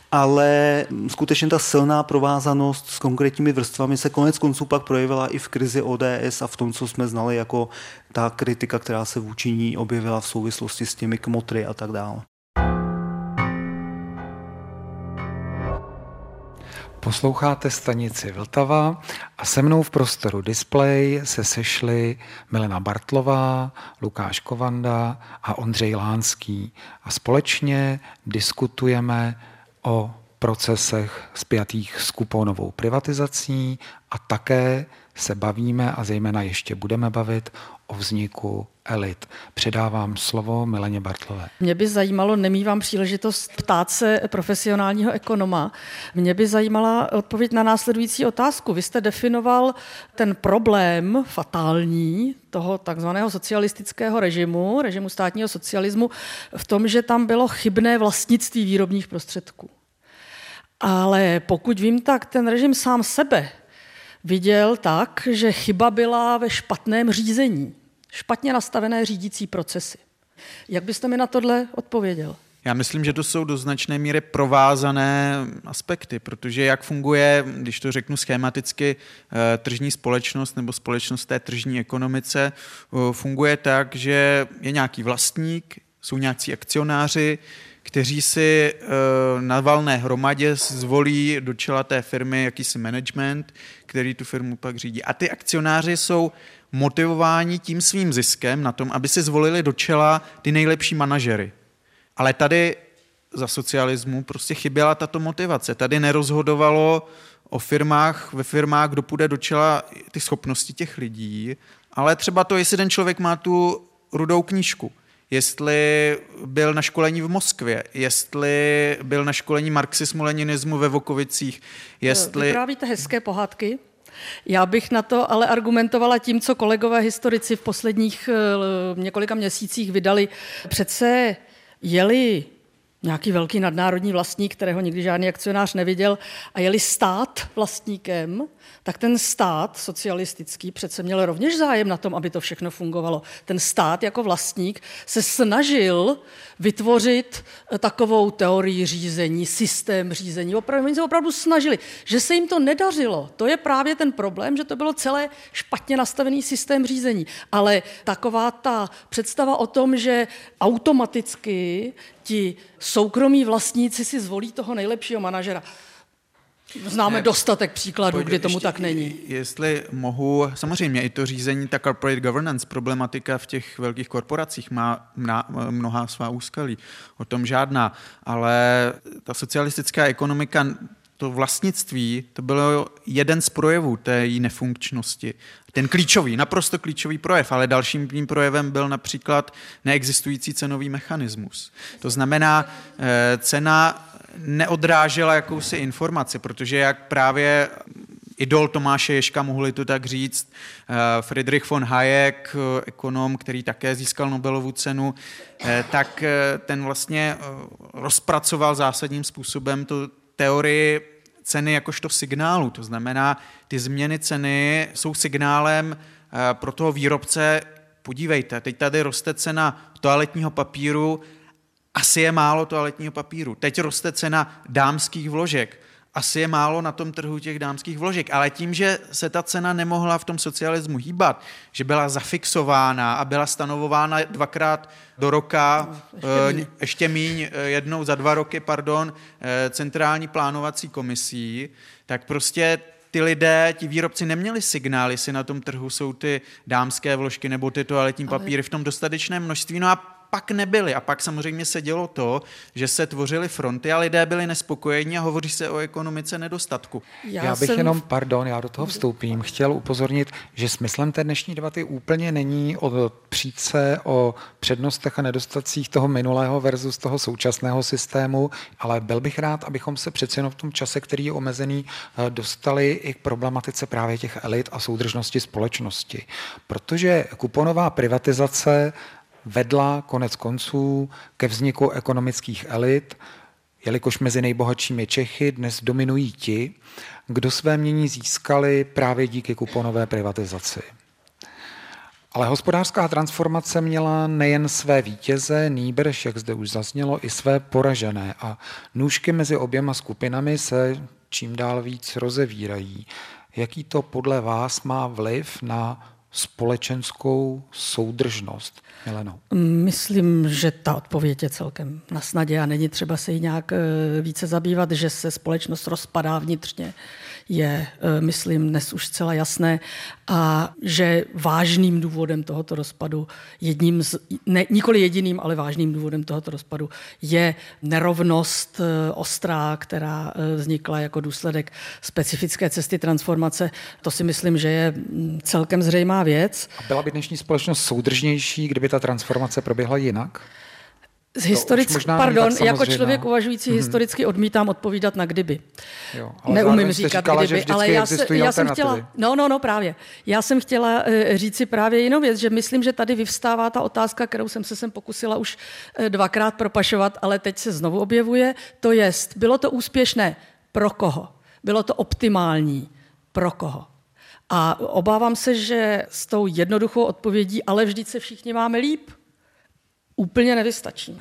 ale skutečně ta silná provázanost s konkrétními vrstvami se konec konců pak projevila i v krizi ODS a v tom, co jsme znali jako ta kritika, která se vůči ní objevila v souvislosti s těmi kmotry a tak dále. Posloucháte stanici Vltava a se mnou v prostoru Display se sešli Milena Bartlová, Lukáš Kovanda a Ondřej Lánský a společně diskutujeme o procesech spjatých s kuponovou privatizací a také se bavíme a zejména ještě budeme bavit o vzniku elit. Předávám slovo Mileně Bartlové. Mě by zajímalo, nemívám příležitost ptát se profesionálního ekonoma, mě by zajímala odpověď na následující otázku. Vy jste definoval ten problém fatální toho takzvaného socialistického režimu státního socialismu v tom, že tam bylo chybné vlastnictví výrobních prostředků. Ale pokud vím, tak ten režim sám sebe viděl tak, že chyba byla ve špatném řízení. Špatně nastavené řídící procesy. Jak byste mi na tohle odpověděl? Já myslím, že to jsou do značné míry provázané aspekty, protože jak funguje, když to řeknu schématicky, tržní společnost nebo společnost té tržní ekonomice, funguje tak, že je nějaký vlastník, jsou nějací akcionáři, kteří si na valné hromadě zvolí do čela té firmy jakýsi management, který tu firmu pak řídí. A ty akcionáři jsou motivováni tím svým ziskem na tom, aby si zvolili do čela ty nejlepší manažery. Ale tady za socialismu prostě chyběla tato motivace. Tady nerozhodovalo o firmách, ve firmách, kdo půjde do čela ty schopnosti těch lidí, ale třeba to, jestli ten člověk má tu rudou knížku, jestli byl na školení v Moskvě, jestli byl na školení marxismu-leninismu ve Vokovicích, jestli... Vyprávíte hezké pohádky. Já bych na to ale argumentovala tím, co kolegové historici v posledních několika měsících vydali. Přece jeli nějaký velký nadnárodní vlastník, kterého nikdy žádný akcionář neviděl, a jeli stát vlastníkem, tak ten stát socialistický přece měl rovněž zájem na tom, aby to všechno fungovalo. Ten stát jako vlastník se snažil vytvořit takovou teorii řízení, systém řízení. Oni se opravdu snažili. Že se jim to nedařilo, to je právě ten problém, že to bylo celé špatně nastavený systém řízení. Ale taková ta představa o tom, že automaticky ti soukromí vlastníci si zvolí toho nejlepšího manažera. Známe dostatek příkladů, kdy tomu tak není. Jestli mohu, samozřejmě i to řízení, ta corporate governance, problematika v těch velkých korporacích má mnohá svá úskalí, o tom žádná, ale ta socialistická ekonomika, to vlastnictví, to bylo jeden z projevů té její nefunkčnosti. Ten klíčový, naprosto klíčový projev, ale dalším tím projevem byl například neexistující cenový mechanismus. To znamená, cena neodrážela jakousi informaci, protože jak právě idol Tomáše Ježka, mohli to tak říct, Friedrich von Hayek, ekonom, který také získal Nobelovu cenu, tak ten vlastně rozpracoval zásadním způsobem tu teorii ceny jakožto signálu. To znamená, ty změny ceny jsou signálem pro toho výrobce, podívejte, teď tady roste cena toaletního papíru, asi je málo toaletního papíru. Teď roste cena dámských vložek. Asi je málo na tom trhu těch dámských vložek, ale tím, že se ta cena nemohla v tom socialismu hýbat, že byla zafixována a byla stanovována dvakrát do roka, ještě míň, jednou za 2 roky, centrální plánovací komisí, tak prostě ty lidé, ti výrobci neměli signál, jestli na tom trhu jsou ty dámské vložky nebo ty toaletní papíry v tom dostatečném množství. No a pak nebyly. A pak samozřejmě se dělo to, že se tvořily fronty a lidé byli nespokojení a hovoří se o ekonomice nedostatku. Já bych jenom, já do toho vstoupím, chtěl upozornit, že smyslem té dnešní debaty úplně není přijít se o přednostech a nedostatcích toho minulého versus toho současného systému, ale byl bych rád, abychom se přeci jenom v tom čase, který je omezený, dostali i k problematice právě těch elit a soudržnosti společnosti. Protože kuponová privatizace vedla konec konců ke vzniku ekonomických elit, jelikož mezi nejbohatšími Čechy dnes dominují ti, kdo své mění získali právě díky kuponové privatizaci. Ale hospodářská transformace měla nejen své vítěze, nýbrž, jak zde už zaznělo, i své poražené a nůžky mezi oběma skupinami se čím dál víc rozevírají. Jaký to podle vás má vliv na společenskou soudržnost? Mileno. Myslím, že ta odpověď je celkem na snadě a není třeba se jí nějak více zabývat, že se společnost rozpadá vnitřně. je, myslím, dnes už zcela jasné a že vážným důvodem tohoto rozpadu, nikoli jediným, ale vážným důvodem tohoto rozpadu je nerovnost ostrá, která vznikla jako důsledek specifické cesty transformace. To si myslím, že je celkem zřejmá věc. A byla by dnešní společnost soudržnější, kdyby ta transformace proběhla jinak? Jako člověk uvažující historicky odmítám odpovídat na kdyby. Jo, neumím říkat říkala, kdyby, ale já jsem chtěla, právě. Já jsem chtěla říci právě jinou věc, že myslím, že tady vyvstává ta otázka, kterou jsem se sem pokusila už dvakrát propašovat, ale teď se znovu objevuje, to jest, bylo to úspěšné pro koho? Bylo to optimální pro koho? A obávám se, že s tou jednoduchou odpovědí, ale vždyť se všichni máme líp, úplně nevystačíme.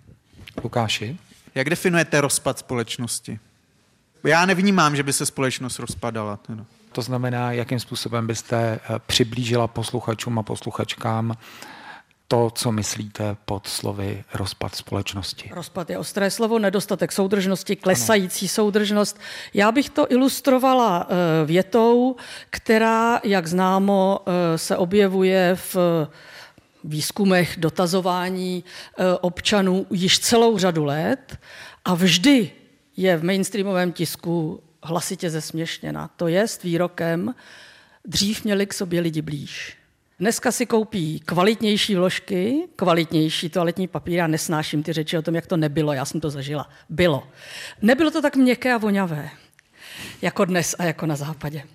Lukáši? Jak definujete rozpad společnosti? Já nevnímám, že by se společnost rozpadala. To znamená, jakým způsobem byste přiblížila posluchačům a posluchačkám to, co myslíte pod slovy rozpad společnosti? Rozpad je ostré slovo, nedostatek soudržnosti, klesající soudržnost. Já bych to ilustrovala větou, která, jak známo, se objevuje v výzkumech, dotazování občanů již celou řadu let a vždy je v mainstreamovém tisku hlasitě zesměšněna. To jest výrokem, dřív měli k sobě lidi blíž. Dneska si koupí kvalitnější vložky, kvalitnější toaletní papír, já nesnáším ty řeči o tom, jak to nebylo, já jsem to zažila. Bylo. Nebylo to tak měkké a voňavé, jako dnes a jako na západě.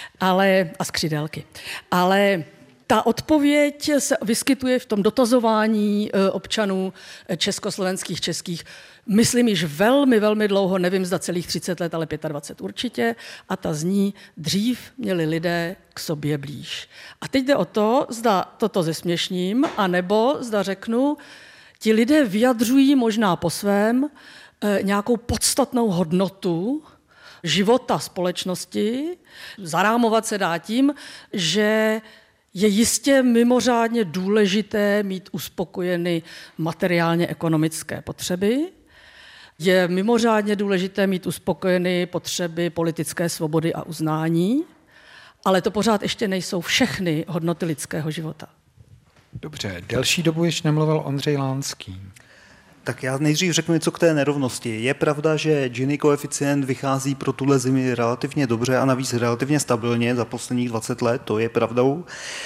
A skřidelky. Ale ta odpověď se vyskytuje v tom dotazování občanů československých, českých, myslím již velmi, velmi dlouho, nevím zda celých 30 let, ale 25 určitě, a ta zní, dřív měli lidé k sobě blíž. A teď jde o to, zda toto zesměšním, anebo zda řeknu, ti lidé vyjadřují možná po svém nějakou podstatnou hodnotu života společnosti, zarámovat se dá tím, že je jistě mimořádně důležité mít uspokojeny materiálně ekonomické potřeby, je mimořádně důležité mít uspokojeny potřeby politické svobody a uznání, ale to pořád ještě nejsou všechny hodnoty lidského života. Dobře, delší dobu ještě nemluvil Ondřej Lánský. Tak já nejdřív řeknu něco k té nerovnosti. Je pravda, že Gini koeficient vychází pro tuhle zemi relativně dobře a navíc relativně stabilně za posledních 20 let, to je pravdou,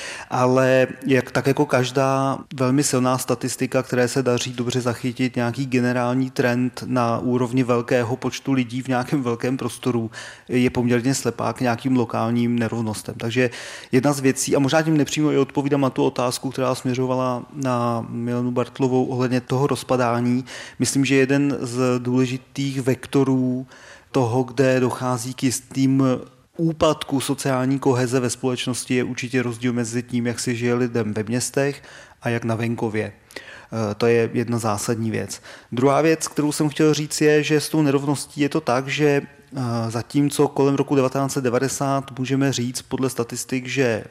ale tak jako každá velmi silná statistika, které se daří dobře zachytit nějaký generální trend na úrovni velkého počtu lidí v nějakém velkém prostoru, je poměrně slepá k nějakým lokálním nerovnostem. Takže jedna z věcí, a možná tím nepřímo i odpovídám na tu otázku, která směřovala na Milenu Bartlovou ohledně toho rozpadání. Myslím, že jeden z důležitých vektorů toho, kde dochází k jistým úpadku sociální koheze ve společnosti, je určitě rozdíl mezi tím, jak si žije lidem ve městech a jak na venkově. To je jedna zásadní věc. Druhá věc, kterou jsem chtěl říct, je, že s tou nerovností je to tak, že zatímco kolem roku 1990 můžeme říct podle statistik, že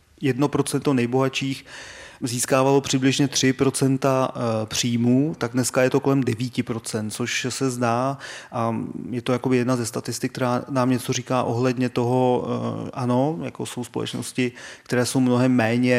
1% nejbohatších získávalo přibližně 3% příjmů, tak dneska je to kolem 9%, což se zdá, a je to jakoby jedna ze statistik, která nám něco říká ohledně toho, ano, jako jsou společnosti, které jsou mnohem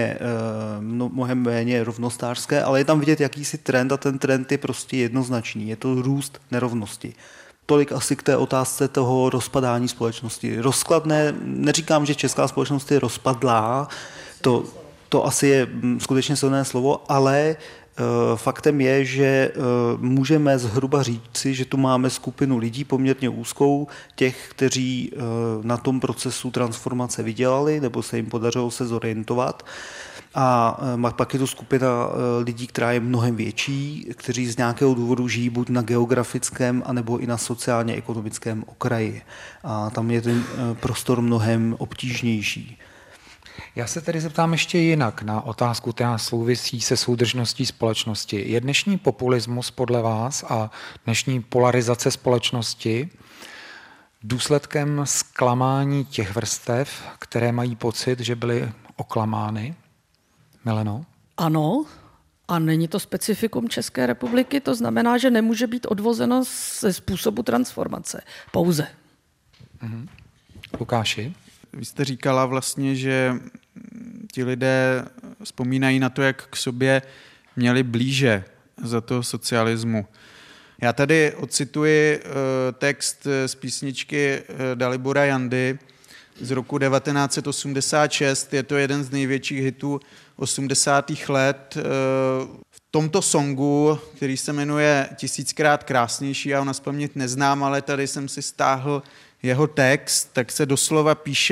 méně rovnostářské, ale je tam vidět jakýsi trend a ten trend je prostě jednoznačný, je to růst nerovnosti. Tolik asi k té otázce toho rozpadání společnosti. Rozkladné, neříkám, že česká společnost je rozpadlá, to asi je skutečně silné slovo, ale faktem je, že můžeme zhruba říci, že tu máme skupinu lidí poměrně úzkou, těch, kteří na tom procesu transformace vydělali, nebo se jim podařilo se zorientovat. A pak je tu skupina lidí, která je mnohem větší, kteří z nějakého důvodu žijí buď na geografickém, anebo i na sociálně-ekonomickém okraji. A tam je ten prostor mnohem obtížnější. Já se tedy zeptám ještě jinak na otázku, která souvisí se soudržností společnosti. Je dnešní populismus podle vás a dnešní polarizace společnosti důsledkem zklamání těch vrstev, které mají pocit, že byly oklamány? Mileno? Ano, a není to specifikum České republiky, to znamená, že nemůže být odvozeno ze způsobu transformace. Pouze. Lukáši? Vy jste říkala vlastně, že ti lidé vzpomínají na to, jak k sobě měli blíže za toho socialismu. Já tady ocituji text z písničky Dalibora Jandy z roku 1986. Je to jeden z největších hitů 80. let. V tomto songu, který se jmenuje Tisíckrát krásnější, já ho nazpaměť neznám, ale tady jsem si stáhl jeho text, tak se doslova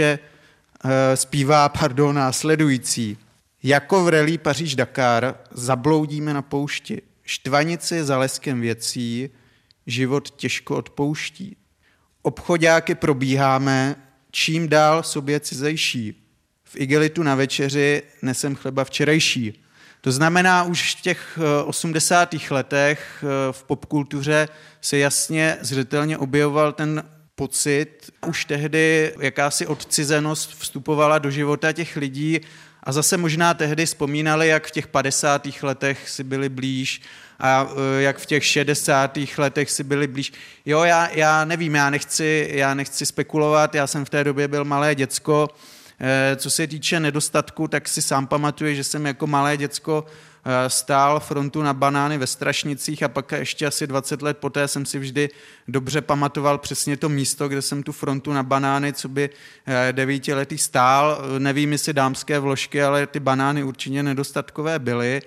zpívá následující. Jako v rally Paříž-Dakar zabloudíme na poušti. Štvanici za leskem věcí, život těžko odpouští. Obchoďáky probíháme, čím dál sobě cizejší. V igelitu na večeři nesem chleba včerejší. To znamená, už v těch 80. letech v popkultuře se jasně zřetelně objevoval ten pocit. Už tehdy jakási odcizenost vstupovala do života těch lidí a zase možná tehdy vzpomínali, jak v těch 50. letech si byli blíž a jak v těch 60. letech si byli blíž. Jo, já nevím, já nechci spekulovat, já jsem v té době byl malé děcko. Co se týče nedostatku, tak si sám pamatuju, že jsem jako malé děcko stál frontu na banány ve Strašnicích a pak ještě asi 20 let poté jsem si vždy dobře pamatoval přesně to místo, kde jsem tu frontu na banány, co by 9letý stál. Nevím, jestli dámské vložky, ale ty banány určitě nedostatkové byly,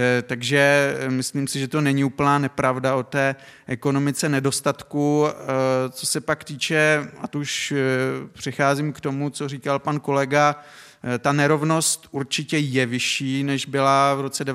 takže myslím si, že to není úplná nepravda o té ekonomice nedostatku. Co se pak týče, a tu už přicházím k tomu, co říkal pan kolega, ta nerovnost určitě je vyšší, než byla v roce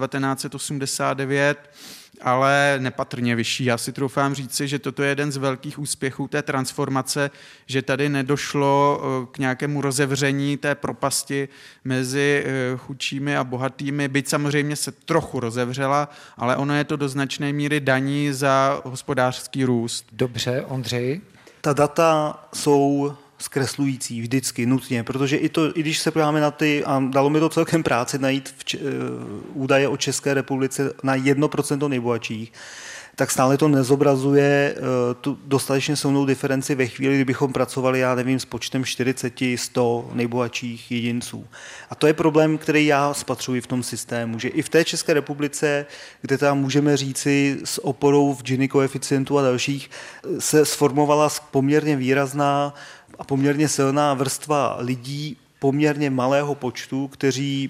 1989, ale nepatrně vyšší. Já si troufám říci, že toto je jeden z velkých úspěchů té transformace, že tady nedošlo k nějakému rozevření té propasti mezi chudšími a bohatými, byť samozřejmě se trochu rozevřela, ale ono je to do značné míry daní za hospodářský růst. Dobře, Ondřej? Ta data jsou zkreslující vždycky, nutně, protože i když se podíváme na ty, a dalo mi to celkem práci najít údaje o České republice na 1% nejbohatších, tak stále to nezobrazuje tu dostatečně silnou diferenci ve chvíli, kdybychom pracovali, já nevím, s počtem 40-100 nejbohatších jedinců. A to je problém, který já spatřuji v tom systému, že i v té České republice, kde tam můžeme říci s oporou v Gini koeficientu a dalších, se sformovala poměrně výrazná a poměrně silná vrstva lidí poměrně malého počtu, kteří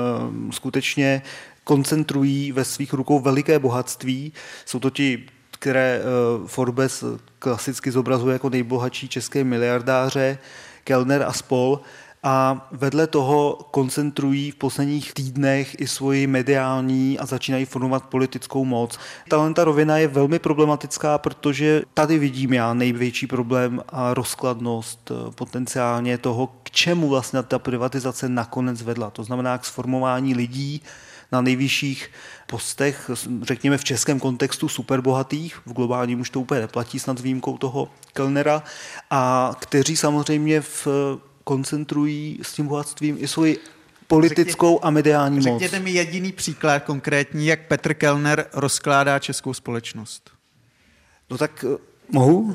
skutečně koncentrují ve svých rukou veliké bohatství. Jsou to ti, které Forbes klasicky zobrazuje jako nejbohatší české miliardáře, Kellner a spol. A vedle toho koncentrují v posledních týdnech i svoji mediální a začínají formovat politickou moc. Ta rovina je velmi problematická, protože tady vidím já největší problém a rozkladnost potenciálně toho, k čemu vlastně ta privatizace nakonec vedla. To znamená k sformování lidí na nejvyšších postech, řekněme v českém kontextu superbohatých, v globálním už to úplně neplatí, snad s výjimkou toho Kellnera, a kteří samozřejmě koncentrují s tím bohatstvím i svoji politickou a mediální moc. Řekněte mi jediný příklad konkrétní, jak Petr Kellner rozkládá českou společnost. No tak mohu?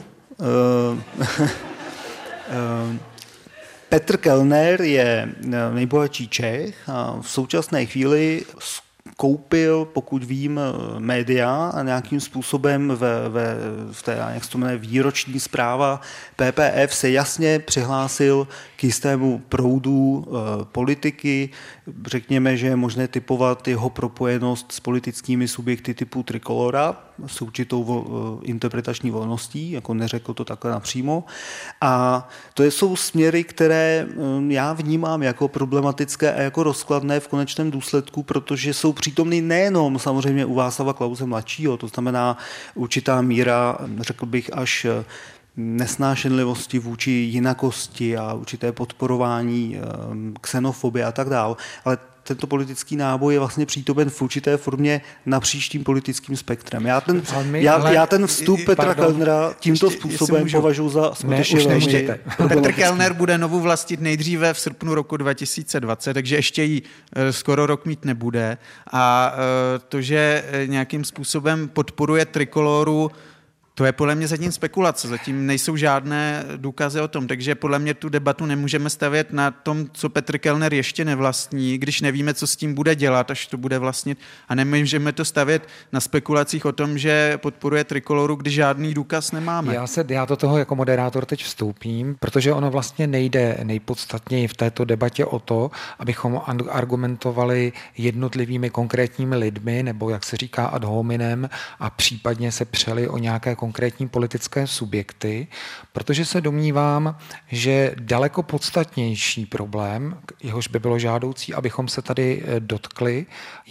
Petr Kellner je nejbohatší Čech a v současné chvíli koupil, pokud vím, média a nějakým způsobem v té, jak se to jmenuje, výroční zpráva PPF se jasně přihlásil k jistému proudu politiky. Řekněme, že je možné typovat jeho propojenost s politickými subjekty typu Trikolora s určitou interpretační volností, jako neřekl to takhle napřímo. A to jsou směry, které já vnímám jako problematické a jako rozkladné v konečném důsledku, protože jsou přítomný nejenom samozřejmě u Václava Klause mladšího, to znamená určitá míra, řekl bych, až nesnášenlivosti vůči jinakosti a určité podporování xenofobie a tak dále. Ale tento politický náboj je vlastně přítomen v určité formě napříč tím politickým spektrem. Já ten vstup Petra Kellnera tímto způsobem považuji za skutečně velmi. Petr Kellner bude Novu vlastnit nejdříve v srpnu roku 2020, takže ještě ji skoro rok mít nebude. A to, že nějakým způsobem podporuje Trikoloru, To je podle mě zatím spekulace, zatím nejsou žádné důkazy o tom, takže podle mě tu debatu nemůžeme stavět na tom, co Petr Kellner ještě nevlastní, když nevíme, co s tím bude dělat, až to bude vlastnit, a nemůžeme to stavět na spekulacích o tom, že podporuje Trikoloru, když žádný důkaz nemáme. Já do toho jako moderátor teď vstoupím, protože ono vlastně nejde nejpodstatněji v této debatě o to, abychom argumentovali jednotlivými konkrétními lidmi, nebo jak se říká ad hominem, a případně se přeli o nějaké konkrétní politické subjekty, protože se domnívám, že daleko podstatnější problém, jehož by bylo žádoucí, abychom se tady dotkli,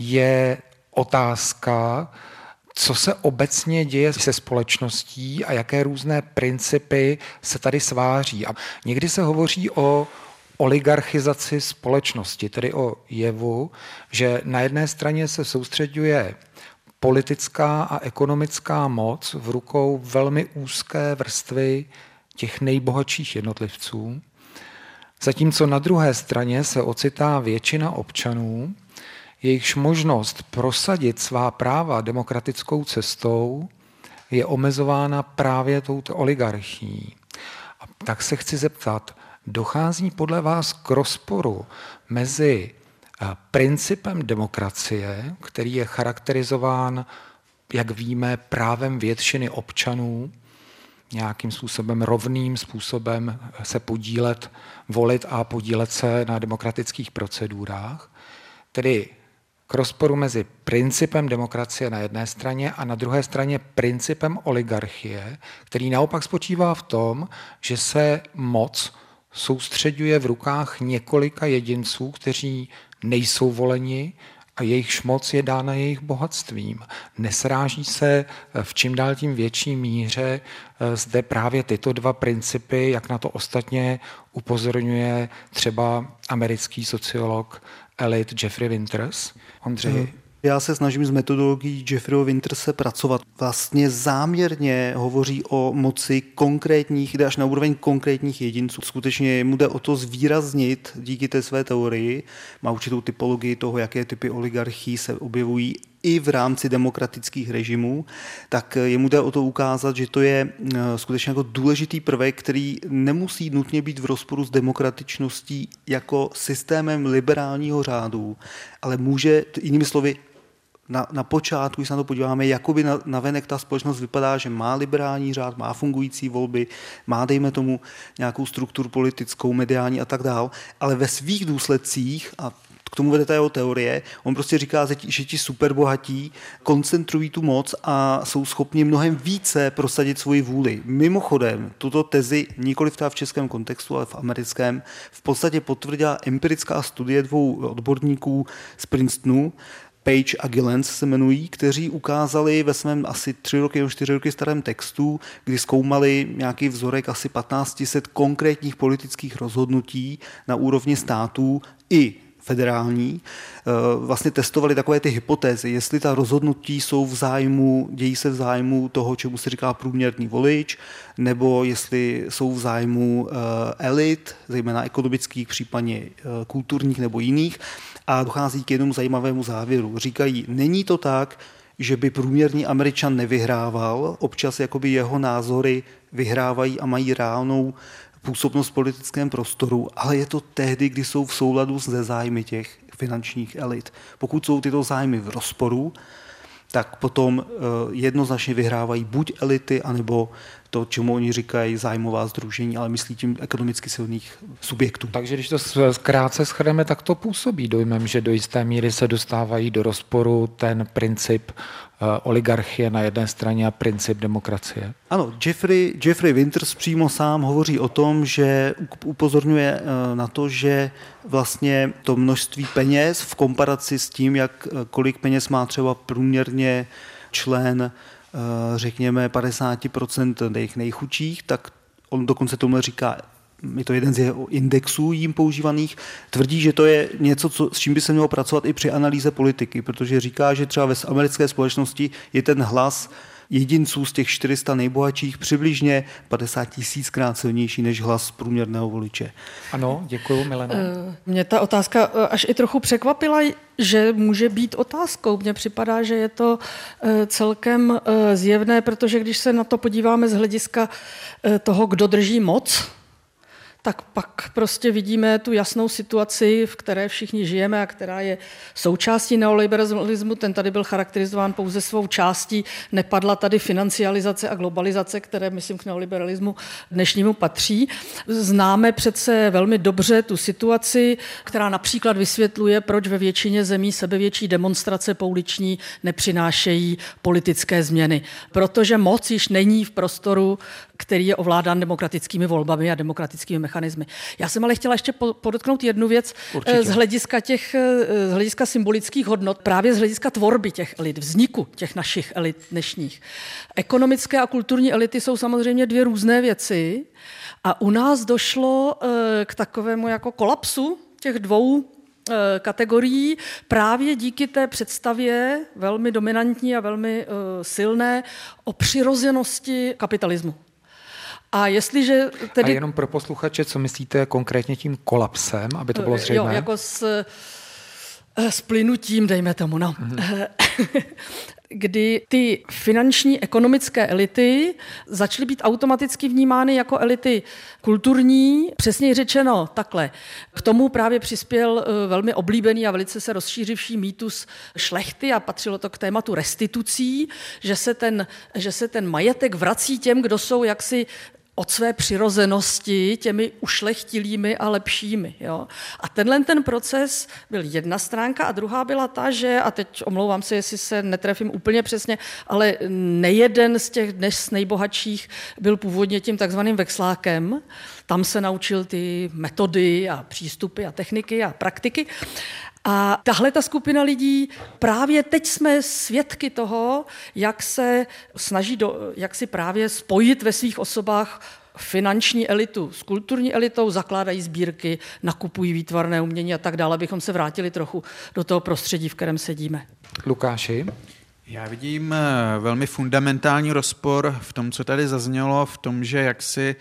je otázka, co se obecně děje se společností a jaké různé principy se tady sváří. A někdy se hovoří o oligarchizaci společnosti, tedy o jevu, že na jedné straně se soustřeďuje politická a ekonomická moc v rukou velmi úzké vrstvy těch nejbohatších jednotlivců, zatímco na druhé straně se ocitá většina občanů, jejichž možnost prosadit svá práva demokratickou cestou je omezována právě touto oligarchií. A tak se chci zeptat, dochází podle vás k rozporu mezi principem demokracie, který je charakterizován, jak víme, právem většiny občanů, nějakým způsobem rovným způsobem se podílet, volit a podílet se na demokratických procedurách, tedy k rozporu mezi principem demokracie na jedné straně a na druhé straně principem oligarchie, který naopak spočívá v tom, že se moc soustřeďuje v rukách několika jedinců, kteří nejsou voleni a jejichž moc je dána jejich bohatstvím. Nesráží se v čím dál tím větší míře zde právě tyto dva principy, jak na to ostatně upozorňuje třeba americký sociolog Elliot Jeffrey Winters. Ondřej? Já se snažím s metodologií Jeffreyho Winterse pracovat. Vlastně záměrně hovoří o moci konkrétních, jde až na úroveň konkrétních jedinců. Skutečně mu jde o to zvýraznit díky té své teorii, má určitou typologii toho, jaké typy oligarchií se objevují i v rámci demokratických režimů, tak jemu jde o to ukázat, že to je skutečně jako důležitý prvek, který nemusí nutně být v rozporu s demokratičností jako systémem liberálního řádu, ale může, jinými slovy, na počátku, když se na to podíváme, jakoby navenek ta společnost vypadá, že má liberální řád, má fungující volby, má, dejme tomu, nějakou strukturu politickou, mediální a tak dál, ale ve svých důsledcích, a k tomu vede ta jeho teorie, on prostě říká, že ti superbohatí koncentrují tu moc a jsou schopni mnohem více prosadit svoji vůli. Mimochodem, tuto tezi nikoliv v českém kontextu, ale v americkém, v podstatě potvrdila empirická studie dvou odborníků z Princetonu, Page a Gilens se jmenují, kteří ukázali ve svém asi 3 roky nebo 4 roky starém textu, kdy zkoumali nějaký vzorek asi 1500 konkrétních politických rozhodnutí na úrovni států i federální, vlastně testovali takové ty hypotézy, jestli ta rozhodnutí jsou dějí se v zájmu toho, čemu se říká průměrný volič, nebo jestli jsou v zájmu elit, zejména ekonomických, případně kulturních nebo jiných, a dochází k jednomu zajímavému závěru. Říkají, není to tak, že by průměrný Američan nevyhrával, občas jakoby jeho názory vyhrávají a mají reálnou působnost v politickém prostoru, ale je to tehdy, kdy jsou v souladu se zájmy těch finančních elit. Pokud jsou tyto zájmy v rozporu, tak potom jednoznačně vyhrávají buď elity, anebo to, čemu oni říkají zájmová sdružení, ale myslí tím ekonomicky silných subjektů. Takže když to krátce shrneme, tak to působí dojmem, že do jisté míry se dostávají do rozporu ten princip oligarchie na jedné straně a princip demokracie. Ano, Jeffrey Winters přímo sám hovoří o tom, že upozorňuje na to, že vlastně to množství peněz v komparaci s tím, kolik peněz má třeba průměrně člen, řekněme 50% těch nejchudších, tak on dokonce tomu říká, je to jeden z jeho indexů jím používaných, tvrdí, že to je něco, s čím by se mělo pracovat i při analýze politiky, protože říká, že třeba ve americké společnosti je ten hlas jedinců z těch 400 nejbohatších přibližně 50 000krát silnější než hlas průměrného voliče. Ano, děkuju, Milena. Mě ta otázka až i trochu překvapila, že může být otázkou. Mně připadá, že je to celkem zjevné, protože když se na to podíváme z hlediska toho, kdo drží moc, tak pak prostě vidíme tu jasnou situaci, v které všichni žijeme a která je součástí neoliberalismu. Ten tady byl charakterizován pouze svou částí. Nepadla tady financializace a globalizace, které, myslím, k neoliberalismu dnešnímu patří. Známe přece velmi dobře tu situaci, která například vysvětluje, proč ve většině zemí sebevětší demonstrace pouliční nepřinášejí politické změny. Protože moc již není v prostoru, který je ovládán demokratickými volbami a demokratickými mechanismy. Já jsem ale chtěla ještě podotknout jednu věc z hlediska symbolických hodnot, právě z hlediska tvorby těch elit, vzniku těch našich elit dnešních. Ekonomické a kulturní elity jsou samozřejmě dvě různé věci a u nás došlo k takovému jako kolapsu těch dvou kategorií právě díky té představě velmi dominantní a velmi silné o přirozenosti kapitalismu. A jestliže tedy... A jenom pro posluchače, co myslíte konkrétně tím kolapsem, aby to bylo zřejmé? Jo, jako s plynutím, dejme tomu, no. Kdy ty finanční ekonomické elity začaly být automaticky vnímány jako elity kulturní, přesněji řečeno takhle. K tomu právě přispěl velmi oblíbený a velice se rozšířivší mýtus šlechty a patřilo to k tématu restitucí, že se ten majetek vrací těm, kdo jsou jaksi od své přirozenosti těmi ušlechtilými a lepšími. Jo? A ten proces byl jedna stránka a druhá byla ta, že, a teď omlouvám se, jestli se netrefím úplně přesně, ale nejeden z těch dnes nejbohatších byl původně tím takzvaným vekslákem. Tam se naučil ty metody a přístupy a techniky a praktiky. A tahle ta skupina lidí, právě teď jsme svědky toho, jak se snaží jak si právě spojit ve svých osobách finanční elitu s kulturní elitou, zakládají sbírky, nakupují výtvarné umění a tak dále, abychom se vrátili trochu do toho prostředí, v kterém sedíme. Lukáši? Já vidím velmi fundamentální rozpor v tom, co tady zaznělo, v tom, že jaksi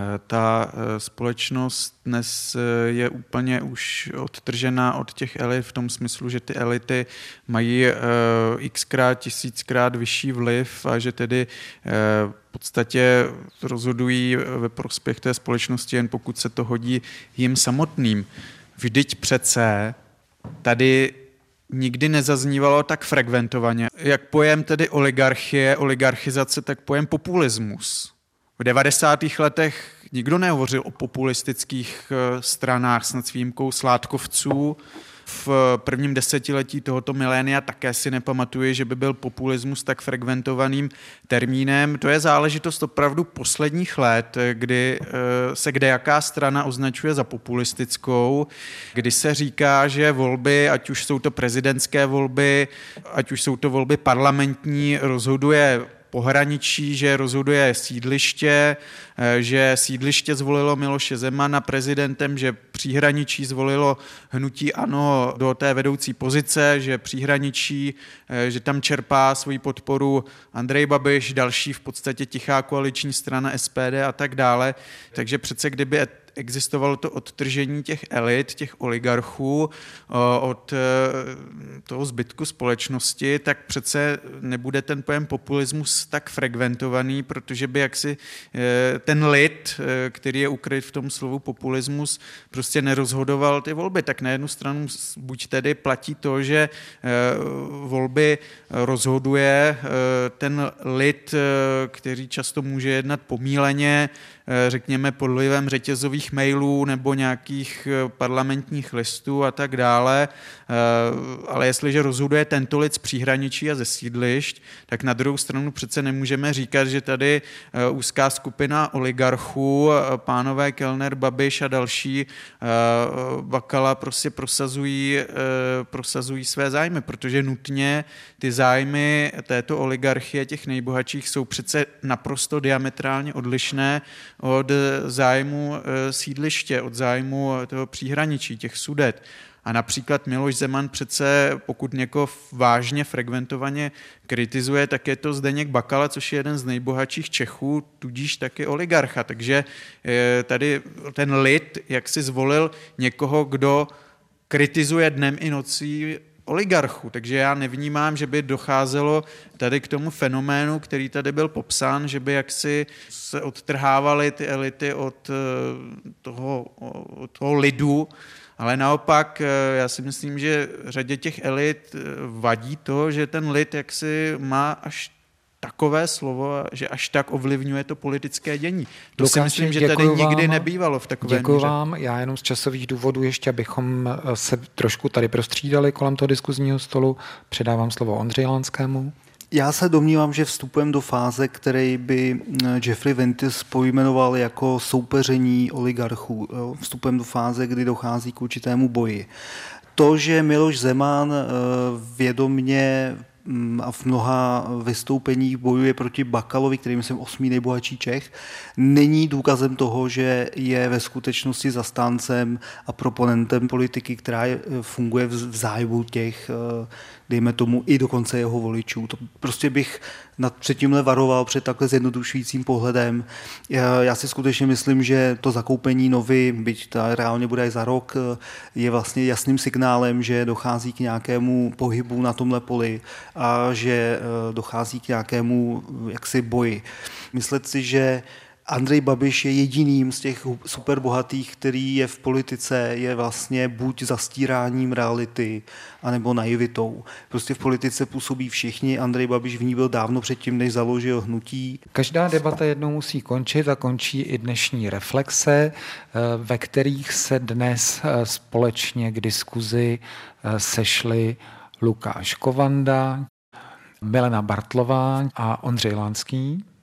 ta společnost dnes je úplně už odtržená od těch elit v tom smyslu, že ty elity mají xkrát, tisíckrát vyšší vliv a že tedy v podstatě rozhodují ve prospěch té společnosti, jen pokud se to hodí jim samotným. Vždyť přece tady nikdy nezaznívalo tak frekventovaně, jak pojem tedy oligarchie, oligarchizace, tak pojem populismus. V 90. letech nikdo nehovořil o populistických stranách, snad s výjimkou sládkovců. V prvním desetiletí tohoto milénia také si nepamatuji, že by byl populismus tak frekventovaným termínem. To je záležitost opravdu posledních let, kdy se kdejaká strana označuje za populistickou, kdy se říká, že volby, ať už jsou to prezidentské volby, ať už jsou to volby parlamentní, rozhoduje pohraničí, že rozhoduje sídliště, že sídliště zvolilo Miloše Zemana prezidentem, že příhraničí zvolilo hnutí ANO do té vedoucí pozice, že příhraničí, že tam čerpá svoji podporu Andrej Babiš, další v podstatě tichá koaliční strana SPD a tak dále. Takže přece kdyby existovalo to odtržení těch elit, těch oligarchů od toho zbytku společnosti, tak přece nebude ten pojem populismus tak frekventovaný, protože by jaksi ten lid, který je ukryt v tom slovu populismus, prostě nerozhodoval ty volby. Tak na jednu stranu buď tedy platí to, že volby rozhoduje ten lid, který často může jednat pomíleně, řekněme pod vlivem řetězových mailů nebo nějakých parlamentních listů a tak dále. Ale jestliže rozhoduje tento lid z příhraničí a ze sídlišť, tak na druhou stranu přece nemůžeme říkat, že tady úzká skupina oligarchů, pánové Kellner, Babiš a další Bakala prostě prosazují své zájmy, protože nutně ty zájmy této oligarchie, těch nejbohatších, jsou přece naprosto diametrálně odlišné od zájmu sídliště, od zájmu toho příhraničí, těch Sudet. A například Miloš Zeman přece, pokud někoho vážně frekventovaně kritizuje, tak je to Zdeněk Bakala, což je jeden z nejbohatších Čechů, tudíž taky oligarcha. Takže tady ten lid, jak si zvolil někoho, kdo kritizuje dnem i nocí oligarchu. Takže já nevnímám, že by docházelo tady k tomu fenoménu, který tady byl popsán, že by jaksi se odtrhávaly ty elity od toho lidu, ale naopak já si myslím, že řadě těch elit vadí to, že ten lid jaksi má až takové slovo, že až tak ovlivňuje to politické dění. To Lukáši, si myslím, že tady nikdy nebývalo v takové Děkuji vám. Já jenom z časových důvodů ještě, abychom se trošku tady prostřídali kolem toho diskuzního stolu, předávám slovo Ondřeji Lanskému. Já se domnívám, že vstupem do fáze, který by Jeffrey Ventis pojmenoval jako soupeření oligarchů, vstupem do fáze, kdy dochází k určitému boji. To, že Miloš Zeman vědomně a v mnoha vystoupeních bojuje proti Bakalovi, který myslím 8. nejbohatší Čech, není důkazem toho, že je ve skutečnosti zastáncem a proponentem politiky, která funguje v zájmu těch, dejme tomu, i dokonce jeho voličů. To prostě bych před tímhle varoval, před takhle zjednodušujícím pohledem. Já si skutečně myslím, že to zakoupení Novy, byť ta reálně bude i za rok, je vlastně jasným signálem, že dochází k nějakému pohybu na tomhle poli a že dochází k nějakému jaksi boji. Myslet si, že Andrej Babiš je jediným z těch superbohatých, který je v politice, je vlastně buď zastíráním reality, anebo naivitou. Prostě v politice působí všichni, Andrej Babiš v ní byl dávno předtím, než založil hnutí. Každá debata jednou musí končit a končí i dnešní reflexe, ve kterých se dnes společně k diskuzi sešli Lukáš Kovanda, Milena Bartlová a Ondřej Lanský.